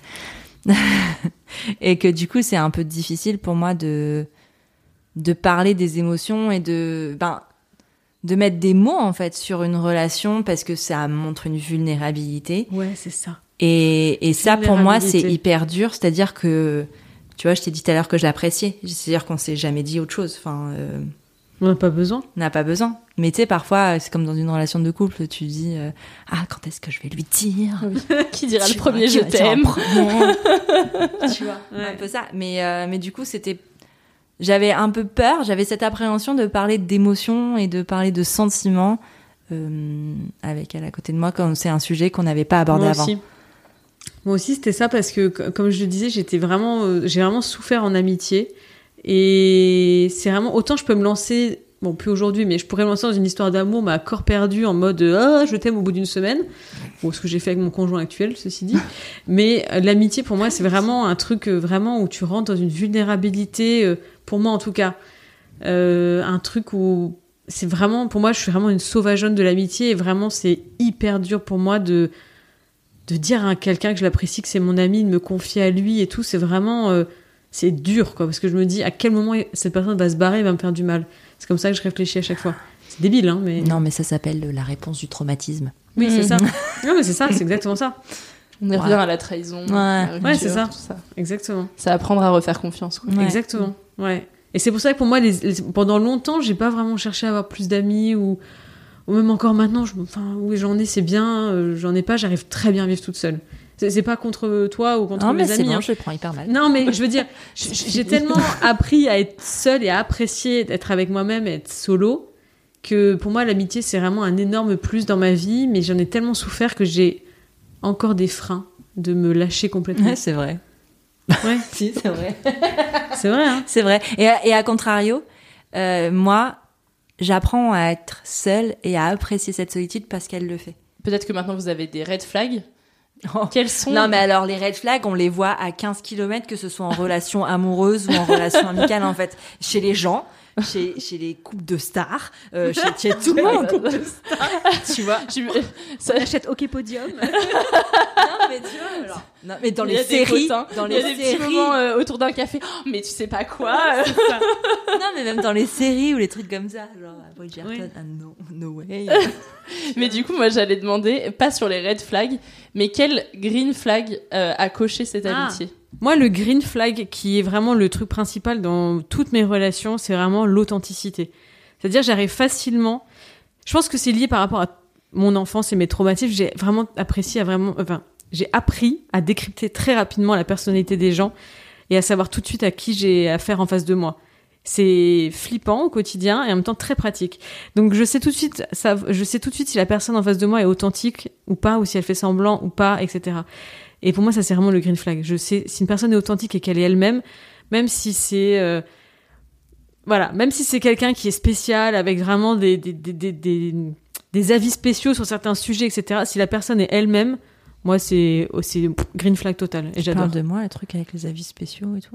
Et que du coup c'est un peu difficile pour moi de de parler des émotions et de ben de mettre des mots en fait sur une relation parce que ça montre une vulnérabilité. Ouais, c'est ça. Et et ça pour moi c'est hyper dur. C'est-à-dire que tu vois, je t'ai dit tout à l'heure que je l'appréciais. C'est-à-dire qu'on s'est jamais dit autre chose. Enfin. Euh... On n'a pas besoin. On n'a pas besoin. Mais tu sais, parfois, c'est comme dans une relation de couple, tu dis euh, ah, quand est-ce que je vais lui dire oui. Qui dira tu le premier vois, je t'aime tu vois, ouais. Un peu ça. Mais, euh, mais du coup, c'était... J'avais un peu peur, j'avais cette appréhension de parler d'émotions et de parler de sentiments euh, avec elle à côté de moi, quand c'est un sujet qu'on n'avait pas abordé moi avant. Aussi. Moi aussi, c'était ça, parce que, comme je le disais, j'étais vraiment, euh, j'ai vraiment souffert en amitié. Et c'est vraiment, autant je peux me lancer, bon plus aujourd'hui, mais je pourrais me lancer dans une histoire d'amour, mais à corps perdu, en mode ah je t'aime au bout d'une semaine, bon ce que j'ai fait avec mon conjoint actuel, ceci dit. Mais euh, l'amitié pour moi c'est vraiment un truc euh, vraiment où tu rentres dans une vulnérabilité, euh, pour moi en tout cas, euh, un truc où c'est vraiment, pour moi je suis vraiment une sauvageonne de l'amitié, et vraiment c'est hyper dur pour moi de de dire à quelqu'un que je l'apprécie, que c'est mon ami, de me confier à lui et tout, c'est vraiment euh, c'est dur, quoi, parce que je me dis à quel moment cette personne va se barrer et va me faire du mal. C'est comme ça que je réfléchis à chaque fois. C'est débile, hein, mais... Non, mais ça s'appelle la réponse du traumatisme. Oui, mmh. c'est ça. Non, mais c'est ça, c'est exactement ça. On y revient à la trahison. Ouais, la rupture, ouais c'est ça. Tout ça. Exactement. Ça apprendre à refaire confiance, quoi. Ouais. Exactement, ouais. Et c'est pour ça que pour moi, les, les, pendant longtemps, j'ai pas vraiment cherché à avoir plus d'amis, ou, ou même encore maintenant, je, enfin, oui, j'en ai, c'est bien, euh, j'en ai pas, j'arrive très bien à vivre toute seule. C'est, c'est pas contre toi ou contre non, mes mais amis. C'est bon, hein. Je le prends hyper mal. Non, mais je veux dire, j'ai tellement appris à être seule et à apprécier d'être avec moi-même et être solo, que pour moi, l'amitié, c'est vraiment un énorme plus dans ma vie, mais j'en ai tellement souffert que j'ai encore des freins de me lâcher complètement. Ouais, c'est vrai. Ouais. Si, c'est vrai. C'est vrai, hein. C'est vrai. Et à, et à contrario, euh, moi, j'apprends à être seule et à apprécier cette solitude parce qu'elle le fait. Peut-être que maintenant, vous avez des red flags. Oh. Quels sont... Non, mais alors, les red flags, on les voit à quinze kilomètres, que ce soit en relation amoureuse ou en relation amicale, en fait. Chez les gens, chez, chez les couples de stars, euh, chez, chez tout le monde. Couple de stars. Tu vois. Je... Ça achète OK Podium. Non, mais tu vois, alors. Non, mais dans les séries, dans les il y a des séries... petits moments euh, autour d'un café. Oh, mais tu sais pas quoi. Non, mais même dans les séries ou les trucs comme ça, genre Bridgerton, oui. ah, no, no way. Mais du coup, moi, j'allais demander, pas sur les red flags, mais quel green flag euh, a coché cette ah. amitié? Moi, le green flag, qui est vraiment le truc principal dans toutes mes relations, c'est vraiment l'authenticité. C'est-à-dire, j'arrive facilement... Je pense que c'est lié par rapport à mon enfance et mes traumatismes. J'ai vraiment apprécié à vraiment... Enfin, j'ai appris à décrypter très rapidement la personnalité des gens et à savoir tout de suite à qui j'ai affaire en face de moi. C'est flippant au quotidien et en même temps très pratique. Donc je sais tout de suite, ça, je sais tout de suite si la personne en face de moi est authentique ou pas, ou si elle fait semblant ou pas, et cetera. Et pour moi, ça c'est vraiment le green flag. Je sais si une personne est authentique et qu'elle est elle-même, même si c'est, euh, voilà, même si c'est quelqu'un qui est spécial, avec vraiment des, des, des, des, des, des avis spéciaux sur certains sujets, et cetera, si la personne est elle-même, moi, c'est, c'est green flag total. Et tu j'adore. parles de moi, le truc avec les avis spéciaux et tout.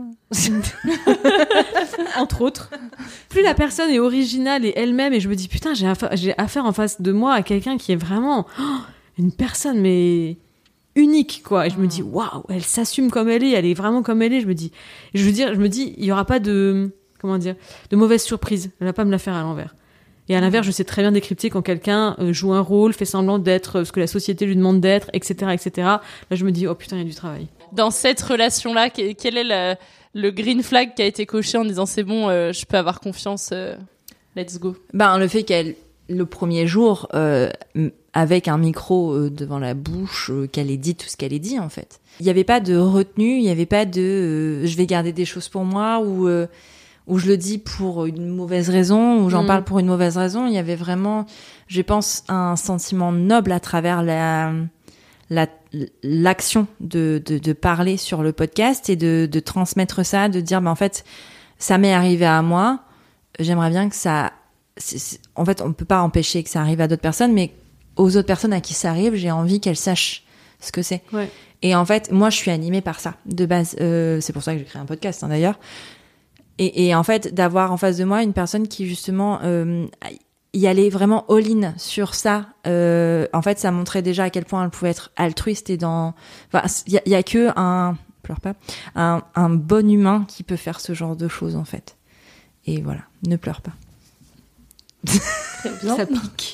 Entre autres. Plus la personne est originale et elle-même, et je me dis, putain, j'ai affaire, j'ai affaire en face de moi à quelqu'un qui est vraiment oh, une personne, mais unique, quoi. Et je me dis, waouh, elle s'assume comme elle est, elle est vraiment comme elle est. Je me dis, je veux dire, je me dis, il y aura pas de, comment dire, de mauvaise surprise. Elle va pas me la faire à l'envers. Et à l'inverse, je sais très bien décrypter quand quelqu'un joue un rôle, fait semblant d'être ce que la société lui demande d'être, et cetera, et cetera. Là, je me dis, oh putain, il y a du travail. Dans cette relation-là, quel est le, le green flag qui a été coché en disant c'est bon, euh, je peux avoir confiance, euh, let's go? Ben, le fait qu'elle, le premier jour, euh, avec un micro euh, devant la bouche, euh, qu'elle ait dit tout ce qu'elle ait dit, en fait. Il n'y avait pas de retenue, il n'y avait pas de euh, je vais garder des choses pour moi ou... Euh, où je le dis pour une mauvaise raison, où j'en mmh. parle pour une mauvaise raison. Il y avait vraiment, je pense, un sentiment noble à travers la, la, l'action de, de, de parler sur le podcast et de, de transmettre ça, de dire, ben, en fait, ça m'est arrivé à moi. J'aimerais bien que ça, c'est, c'est, en fait, on peut pas empêcher que ça arrive à d'autres personnes, mais aux autres personnes à qui ça arrive, j'ai envie qu'elles sachent ce que c'est. Ouais. Et en fait, moi, je suis animée par ça, de base. Euh, c'est pour ça que j'ai créé un podcast, hein, d'ailleurs. Et, et en fait, d'avoir en face de moi une personne qui, justement, euh, y allait vraiment all-in sur ça, euh, en fait, ça montrait déjà à quel point elle pouvait être altruiste et dans... Enfin, il y a, y a que un... pleure pas. Un, un bon humain qui peut faire ce genre de choses, en fait. Et voilà, ne pleure pas. Très bien. Ça pique.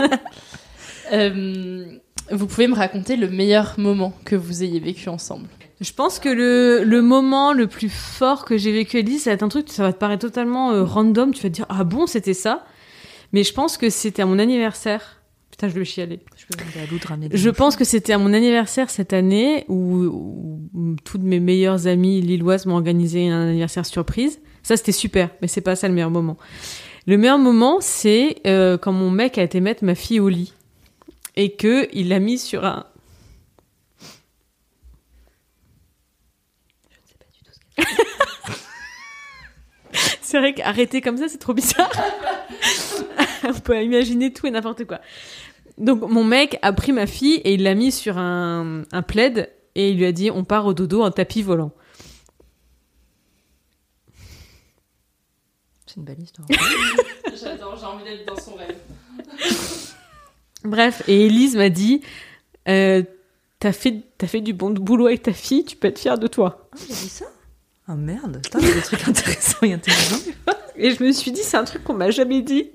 euh, vous pouvez me raconter le meilleur moment que vous ayez vécu ensemble? Je pense que le, le moment le plus fort que j'ai vécu, Elise, ça va être un truc, ça va te paraître totalement euh, random. Tu vas te dire, ah bon, c'était ça? Mais je pense que c'était à mon anniversaire. Putain, je vais chialer. Je peux demander à Lou de ramener des Je pense choses. Que c'était à mon anniversaire cette année où, où, où toutes mes meilleures amies lilloises m'ont organisé un anniversaire surprise. Ça, c'était super, mais c'est pas ça le meilleur moment. Le meilleur moment, c'est euh, quand mon mec a été mettre ma fille au lit et qu'il l'a mis sur un... C'est vrai qu'arrêter comme ça, c'est trop bizarre. On peut imaginer tout et n'importe quoi. Donc, mon mec a pris ma fille et il l'a mis sur un, un plaid et il lui a dit, on part au dodo en tapis volant. C'est une belle histoire. J'adore, j'ai envie d'être dans son rêve. Bref, et Elise m'a dit, euh, t'as fait, t'as fait du bon boulot avec ta fille, tu peux être fière de toi. Ah, il a dit ça? Ah oh merde, putain, il y a des trucs intéressants et intelligents. Et je me suis dit, c'est un truc qu'on m'a jamais dit.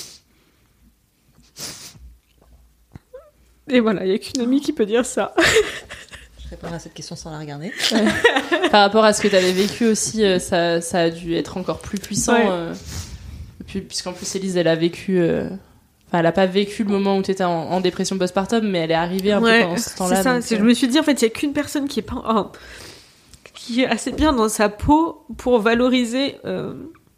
Et voilà, il n'y a qu'une amie qui peut dire ça. Je répondrai à cette question sans la regarder. Ouais. Par rapport à ce que tu avais vécu aussi, euh, ça, ça a dû être encore plus puissant. Ouais. Euh, puis, puisqu'en plus, Elise, elle a vécu... Euh... Enfin, elle n'a pas vécu le moment où tu étais en, en dépression postpartum, mais elle est arrivée un ouais, peu pendant ce temps-là. C'est ça, donc, c'est, euh... je me suis dit, en fait, il n'y a qu'une personne qui est pas... Oh, qui est assez bien dans sa peau pour valoriser euh,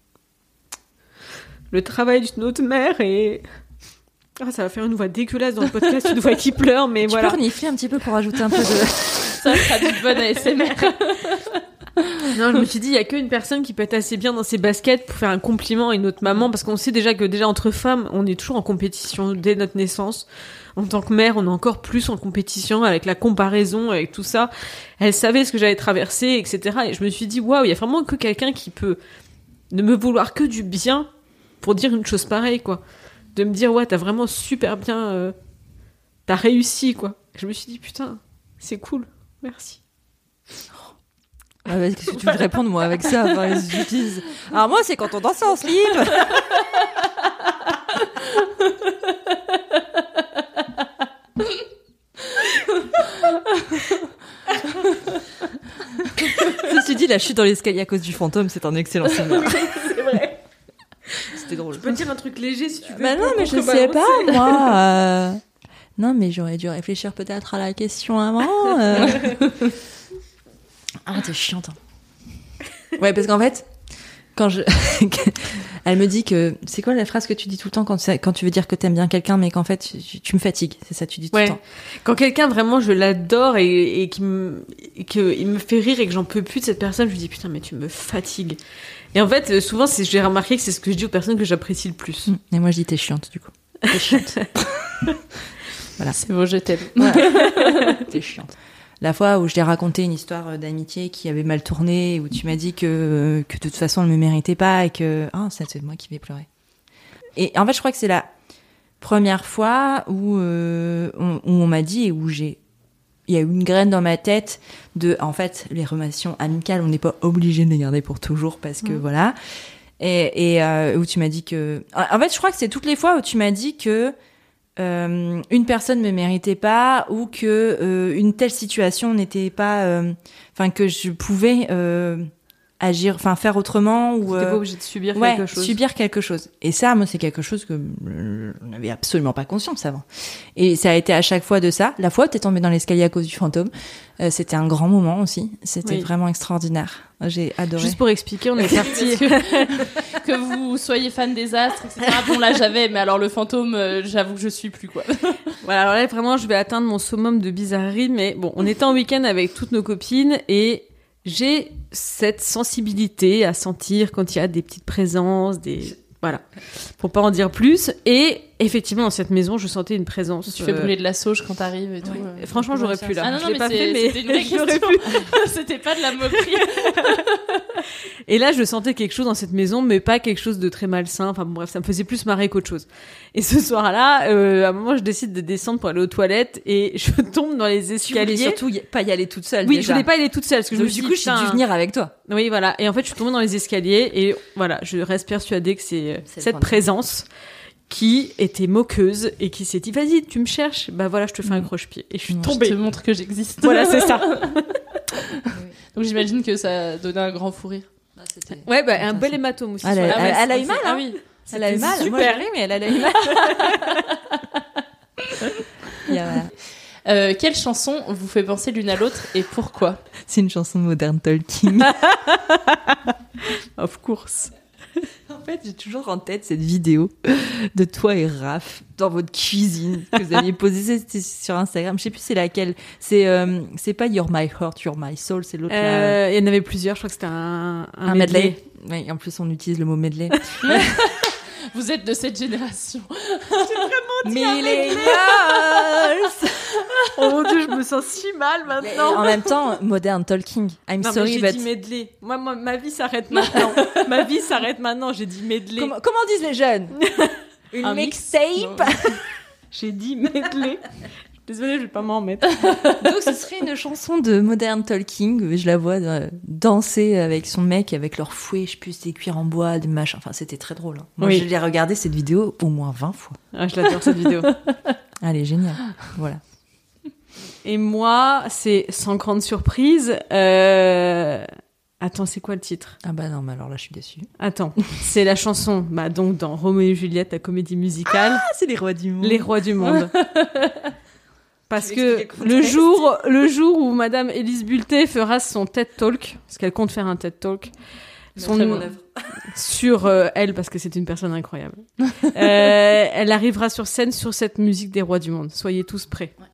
le travail d'une autre mère et... Ah, ça va faire une voix dégueulasse dans le podcast, une voix qui pleure, mais tu voilà. Tu peux renifler un petit peu pour ajouter un peu de... Ça sera du bon A S M R. Non, je me suis dit, il y a qu'une personne qui peut être assez bien dans ses baskets pour faire un compliment à une autre maman, parce qu'on sait déjà que déjà entre femmes, on est toujours en compétition dès notre naissance. En tant que mère, on est encore plus en compétition avec la comparaison, avec tout ça. Elle savait ce que j'avais traversé, et cetera. Et je me suis dit, waouh, il y a vraiment que quelqu'un qui peut ne me vouloir que du bien pour dire une chose pareille, quoi. De me dire, ouais, t'as vraiment super bien... Euh, t'as réussi, quoi. Et je me suis dit, putain, c'est cool, merci. Ah bah, qu'est-ce que tu veux répondre, moi, avec ça? Enfin, j'utilise... Alors moi, c'est quand on danse en slip. Ceci dit, la chute dans l'escalier à cause du fantôme, c'est un excellent signe. C'est vrai. C'était drôle. Tu peux dire un truc léger si tu veux. Bah non, mais je sais pas, moi. Euh... Non, mais j'aurais dû réfléchir peut-être à la question avant. Euh... Ah, t'es chiante. Hein. Ouais, parce qu'en fait, quand je elle me dit que c'est quoi la phrase que tu dis tout le temps quand quand tu veux dire que t'aimes bien quelqu'un mais qu'en fait tu, tu me fatigues, c'est ça tu dis tout ouais. le temps. Quand quelqu'un vraiment je l'adore et, et qui me et que il me fait rire et que j'en peux plus de cette personne, je lui dis putain mais tu me fatigues. Et en fait souvent c'est j'ai remarqué que c'est ce que je dis aux personnes que j'apprécie le plus. Et moi je dis t'es chiante du coup. T'es chiante. Voilà, c'est bon, je t'aime. Ouais. T'es chiante. La fois où je t'ai raconté une histoire d'amitié qui avait mal tourné, où tu m'as dit que, que de toute façon elle me méritait pas et que ah, ça c'est moi qui vais pleurer. Et en fait, je crois que c'est la première fois où, euh, on, où on m'a dit et où j'ai. Il y a eu une graine dans ma tête de. En fait, les relations amicales, on n'est pas obligé de les garder pour toujours parce que mmh. voilà. Et, et euh, où tu m'as dit que. En fait, je crois que c'est toutes les fois où tu m'as dit que. Euh, une personne me méritait pas ou que euh, une telle situation n'était pas enfin euh, que je pouvais euh, agir enfin faire autrement ou euh, t'es pas obligé de subir ouais, quelque chose subir quelque chose et ça moi c'est quelque chose que je n'avais absolument pas conscience avant et ça a été à chaque fois de ça. La fois où t'es tombée dans l'escalier à cause du fantôme, euh, c'était un grand moment aussi, c'était oui. vraiment extraordinaire, j'ai adoré. Juste pour expliquer, on est parti que, que vous soyez fan des astres etc. Bon là j'avais mais alors le fantôme euh, j'avoue que je suis plus quoi. Voilà, alors là vraiment je vais atteindre mon summum de bizarrerie, mais bon on était en week-end avec toutes nos copines et j'ai cette sensibilité à sentir quand il y a des petites présences, des voilà, pour pas en dire plus. Et effectivement, dans cette maison, je sentais une présence. Tu fais brûler de la sauge quand t'arrives et tout. Ouais. Et franchement, j'aurais pu là. Ah non, non, je l'ai mais pas fait, mais c'était une vraie j'aurais question. pu. C'était pas de la moquerie. Et là, je sentais quelque chose dans cette maison, mais pas quelque chose de très malsain. Enfin bon, bref, ça me faisait plus marrer qu'autre chose. Et ce soir-là, euh, à un moment, je décide de descendre pour aller aux toilettes et je tombe dans les escaliers. Tu voulais surtout y- pas y aller toute seule. Oui, déjà. je voulais pas y aller toute seule parce que Donc, je me suis du dit, coup, j'ai dû venir avec toi. Oui, voilà. Et en fait, je suis tombée dans les escaliers et voilà, je reste persuadée que c'est, c'est cette présence qui était moqueuse et qui s'est dit vas-y tu me cherches, bah voilà je te fais un croche-pied et je suis tombée. Je te montre que j'existe. Voilà c'est ça. Donc j'imagine que ça donnait un grand fou rire. Ah, ouais bah un bel hématome aussi. Elle, a, elle, elle, elle a eu mal hein. Ah oui. Elle a eu mal. Super. Moi j'ai ri mais elle a eu mal. yeah. euh, quelle chanson vous fait penser l'une à l'autre et pourquoi? C'est une chanson de Modern Talking. Of course. En fait, j'ai toujours en tête cette vidéo de toi et Raph dans votre cuisine que vous aviez posée sur Instagram. Je sais plus c'est laquelle. C'est euh, c'est pas You're My Heart, You're My Soul, c'est l'autre. Euh, là. Il y en avait plusieurs. Je crois que c'était un un, un medley. medley. Oui, en plus on utilise le mot medley. Vous êtes de cette génération. J'ai vraiment dit Millennials. Oh mon dieu, je me sens si mal maintenant. Mais en même temps, Modern Talking. I'm non, sorry, mais j'ai but... dit medley. Moi, moi, ma vie s'arrête maintenant. Ma vie s'arrête maintenant. J'ai dit medley. Comment, comment disent les jeunes? Une un mixtape. J'ai dit medley. Désolée, je vais pas m'en remettre. Donc ce serait une chanson de Modern Talking. Je la vois euh, danser avec son mec, avec leur fouet, je sais plus, des cuirs en bois, des machins. Enfin, c'était très drôle. Hein. Moi, oui. je l'ai regardé cette vidéo au moins vingt fois. Ah, je l'adore cette vidéo. Elle est géniale. Voilà. Et moi, c'est sans grande surprise. Euh... Attends, c'est quoi le titre? Ah bah non, mais alors là, je suis déçue. Attends, c'est la chanson, bah donc dans Roméo et Juliette, la comédie musicale. Ah, c'est les rois du monde. Les rois du monde. Parce que le jour, le jour où Madame Élise Bulté fera son TED Talk, parce qu'elle compte faire un TED Talk, son, sur euh, elle, parce que c'est une personne incroyable, euh, elle arrivera sur scène sur cette musique des rois du monde. Soyez tous prêts. Ouais.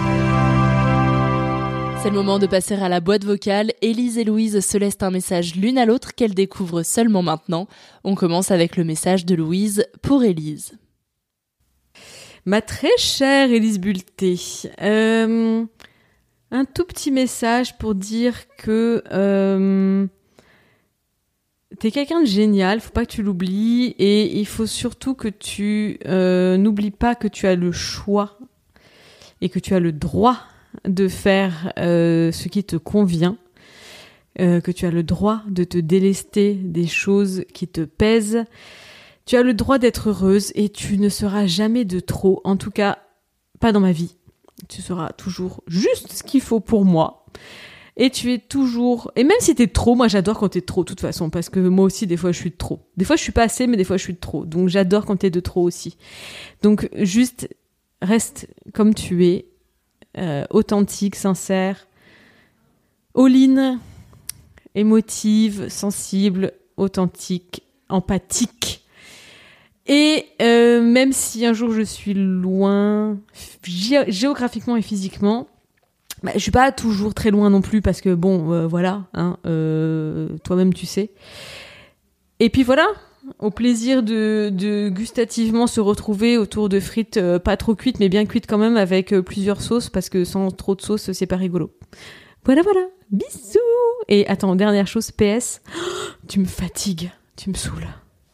C'est le moment de passer à la boîte vocale. Élise et Louise se laissent un message l'une à l'autre qu'elles découvrent seulement maintenant. On commence avec le message de Louise pour Élise. Ma très chère Élise Bulté, euh, un tout petit message pour dire que euh, t'es quelqu'un de génial, faut pas que tu l'oublies et il faut surtout que tu euh, n'oublies pas que tu as le choix et que tu as le droit de faire euh, ce qui te convient, euh, que tu as le droit de te délester des choses qui te pèsent. Tu as le droit d'être heureuse et tu ne seras jamais de trop, en tout cas pas dans ma vie. Tu seras toujours juste ce qu'il faut pour moi. Et tu es toujours... Et même si t'es trop, moi j'adore quand t'es trop de toute façon, parce que moi aussi des fois je suis de trop. Des fois je suis pas assez, mais des fois je suis de trop. Donc j'adore quand t'es de trop aussi. Donc juste reste comme tu es, euh, authentique, sincère, all-in, émotive, sensible, authentique, empathique. Et euh, même si un jour je suis loin, gé- géographiquement et physiquement, bah, je suis pas toujours très loin non plus parce que bon, euh, voilà, hein, euh, toi-même tu sais. Et puis voilà, au plaisir de, de gustativement se retrouver autour de frites euh, pas trop cuites mais bien cuites quand même avec euh, plusieurs sauces parce que sans trop de sauce c'est pas rigolo. Voilà voilà, bisous. Et attends, dernière chose, P S, oh, tu me fatigues, tu me saoules.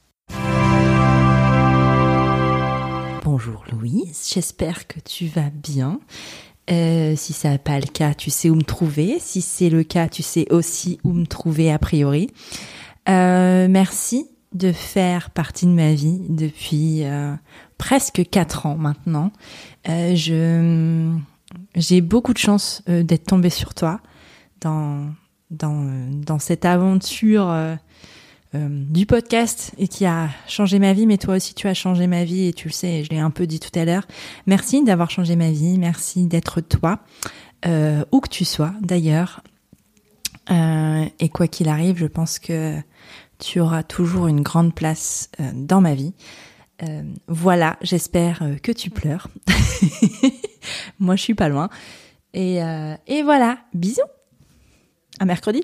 Bonjour Louise, j'espère que tu vas bien. Euh, si ça n'est pas le cas, tu sais où me trouver. Si c'est le cas, tu sais aussi où me trouver a priori. Euh, merci de faire partie de ma vie depuis euh, presque quatre ans maintenant. Euh, je, j'ai beaucoup de chance euh, d'être tombée sur toi dans, dans, dans cette aventure euh, euh, du podcast et qui a changé ma vie, mais toi aussi tu as changé ma vie et tu le sais, je l'ai un peu dit tout à l'heure. Merci d'avoir changé ma vie, merci d'être toi, euh, où que tu sois d'ailleurs. Euh, et quoi qu'il arrive, je pense que tu auras toujours une grande place euh, dans ma vie. Euh, voilà, j'espère euh, que tu pleures. Moi, je suis pas loin. Et, euh, et voilà, bisous. À mercredi.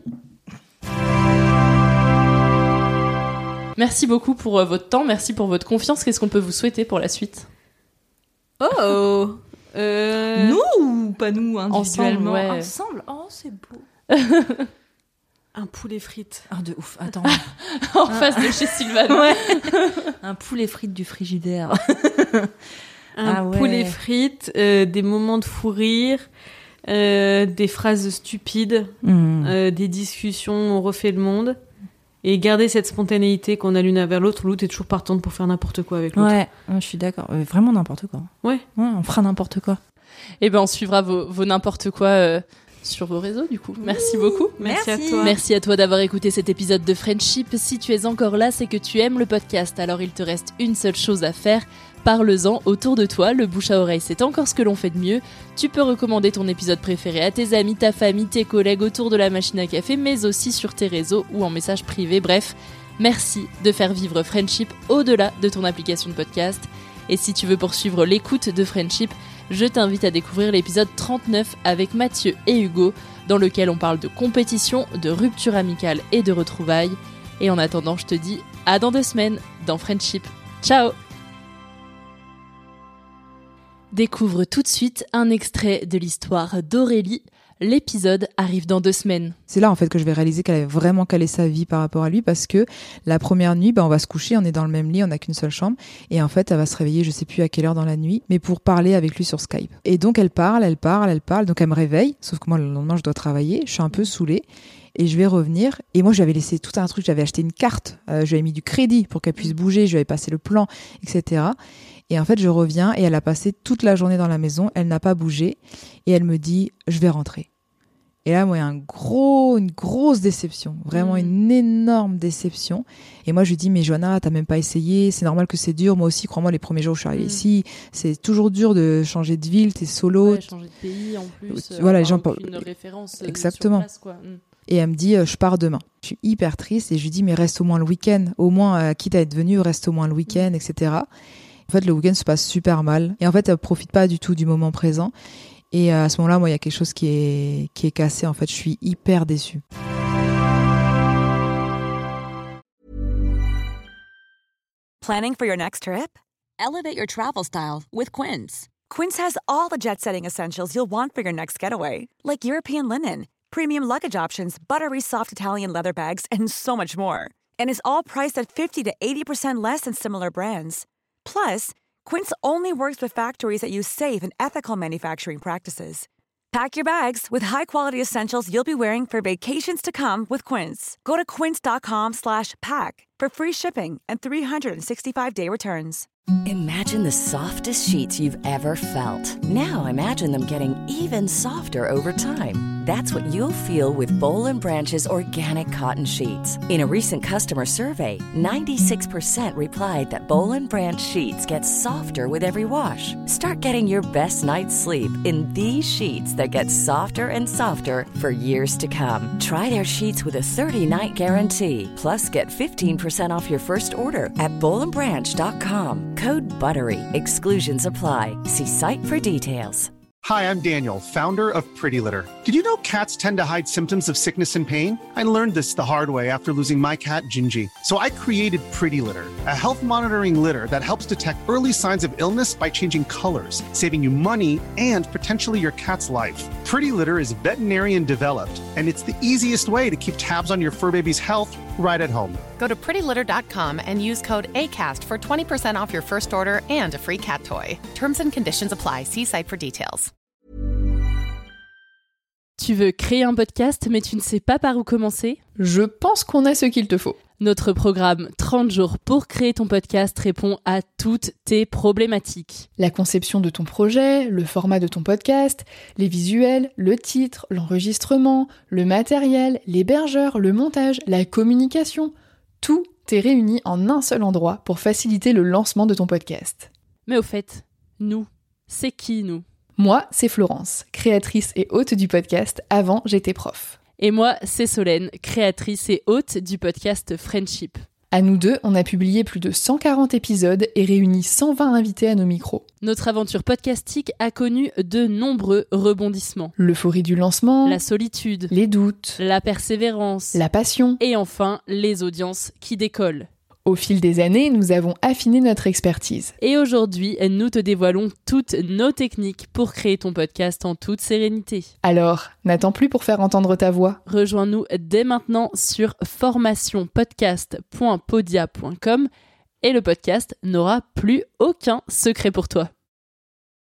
Merci beaucoup pour euh, votre temps, merci pour votre confiance. Qu'est-ce qu'on peut vous souhaiter pour la suite ? Oh euh... Nous ou pas nous, individuellement ? Ensemble, ouais. Ensemble. Oh, c'est beau. Un poulet frites. Ah, de ouf, attends. En face de chez Sylvane. Ouais. Un poulet frites du frigidaire. Un ah ouais. poulet frites, euh, des moments de fou rire, euh, des phrases stupides, mmh. euh, des discussions, on refait le monde. Et garder cette spontanéité qu'on a l'une vers l'autre. L'autre est toujours partante pour faire n'importe quoi avec l'autre. Ouais, je suis d'accord. Euh, vraiment n'importe quoi. Ouais. Ouais, on fera n'importe quoi. Et ben on suivra vos, vos n'importe quoi euh, sur vos réseaux du coup. Merci beaucoup. Merci, Merci à toi. Merci à toi d'avoir écouté cet épisode de Friendship. Si tu es encore là, c'est que tu aimes le podcast. Alors il te reste une seule chose à faire. Parle-en autour de toi, le bouche à oreille c'est encore ce que l'on fait de mieux. Tu peux recommander ton épisode préféré à tes amis, ta famille, tes collègues autour de la machine à café, mais aussi sur tes réseaux ou en message privé. Bref, merci de faire vivre Friendship au-delà de ton application de podcast. Et si tu veux poursuivre l'écoute de Friendship, je t'invite à découvrir l'épisode trente-neuf avec Mathieu et Hugo, dans lequel on parle de compétition, de rupture amicale et de retrouvailles. Et en attendant, je te dis à dans deux semaines dans Friendship. Ciao! Découvre tout de suite un extrait de l'histoire d'Aurélie. L'épisode arrive dans deux semaines. C'est là en fait que je vais réaliser qu'elle avait vraiment calé sa vie par rapport à lui parce que la première nuit, bah, on va se coucher, on est dans le même lit, on n'a qu'une seule chambre et en fait elle va se réveiller, je sais plus à quelle heure dans la nuit, mais pour parler avec lui sur Skype. Et donc elle parle, elle parle, elle parle, donc elle me réveille, sauf que moi le lendemain je dois travailler, je suis un peu saoulée. Et je vais revenir. Et moi, je lui avais laissé tout un truc. J'avais acheté une carte. Euh, je lui avais mis du crédit pour qu'elle puisse bouger. Je lui avais passé le plan, et cetera. Et en fait, je reviens et elle a passé toute la journée dans la maison. Elle n'a pas bougé. Et elle me dit, je vais rentrer. Et là, moi, il y a un gros, une grosse déception. Vraiment mmh. une énorme déception. Et moi, je lui dis, mais Johanna, t'as même pas essayé. C'est normal que c'est dur. Moi aussi, crois-moi, les premiers jours où je suis arrivée mmh. ici, c'est toujours dur de changer de ville. T'es solo. Ouais, changer de pays en plus. Euh, voilà, les gens parlent. Une référence. Exactement. Sur place, quoi. Mmh. Et elle me dit, euh, je pars demain. Je suis hyper triste et je lui dis, mais reste au moins le week-end. Au moins, euh, quitte à être venue, reste au moins le week-end, et cetera. En fait, le week-end se passe super mal. Et en fait, elle profite pas du tout du moment présent. Et euh, à ce moment-là, moi, il y a quelque chose qui est, qui est cassé. En fait, je suis hyper déçue. Planning for your next trip? Elevate your travel style with Quince. Quince has all the jet-setting essentials you'll want for your next getaway, like European linen, premium luggage options, buttery soft Italian leather bags, and so much more. And is all priced at fifty to eighty percent less than similar brands. Plus, Quince only works with factories that use safe and ethical manufacturing practices. Pack your bags with high-quality essentials you'll be wearing for vacations to come with Quince. Go to quince.com slash pack for free shipping and three sixty-five day returns. Imagine the softest sheets you've ever felt. Now imagine them getting even softer over time. That's what you'll feel with Boll and Branch's organic cotton sheets. In a recent customer survey, ninety-six percent replied that Boll and Branch sheets get softer with every wash. Start getting your best night's sleep in these sheets that get softer and softer for years to come. Try their sheets with a thirty-night guarantee. Plus, get fifteen percent off your first order at boll and branch dot com. Code BUTTERY. Exclusions apply. See site for details. Hi, I'm Daniel, founder of Pretty Litter. Did you know cats tend to hide symptoms of sickness and pain? I learned this the hard way after losing my cat, Gingy. So I created Pretty Litter, a health monitoring litter that helps detect early signs of illness by changing colors, saving you money and potentially your cat's life. Pretty Litter is veterinarian developed, and it's the easiest way to keep tabs on your fur baby's health right at home. Go to pretty litter dot com and use code ACAST for twenty percent off your first order and a free cat toy. Terms and conditions apply. See site for details. Tu veux créer un podcast mais tu ne sais pas par où commencer ? Je pense qu'on a ce qu'il te faut. Notre programme trente jours pour créer ton podcast répond à toutes tes problématiques. La conception de ton projet, le format de ton podcast, les visuels, le titre, l'enregistrement, le matériel, l'hébergeur, le montage, la communication, tout est réuni en un seul endroit pour faciliter le lancement de ton podcast. Mais au fait, nous, c'est qui nous ? Moi, c'est Florence, créatrice et hôte du podcast Avant j'étais prof. Et moi, c'est Solène, créatrice et hôte du podcast Friendship. À nous deux, on a publié plus de cent quarante épisodes et réuni cent vingt invités à nos micros. Notre aventure podcastique a connu de nombreux rebondissements. L'euphorie du lancement, la solitude, les doutes, la persévérance, la passion et enfin les audiences qui décollent. Au fil des années, nous avons affiné notre expertise. Et aujourd'hui, nous te dévoilons toutes nos techniques pour créer ton podcast en toute sérénité. Alors, n'attends plus pour faire entendre ta voix. Rejoins-nous dès maintenant sur formation podcast point podia point com et le podcast n'aura plus aucun secret pour toi.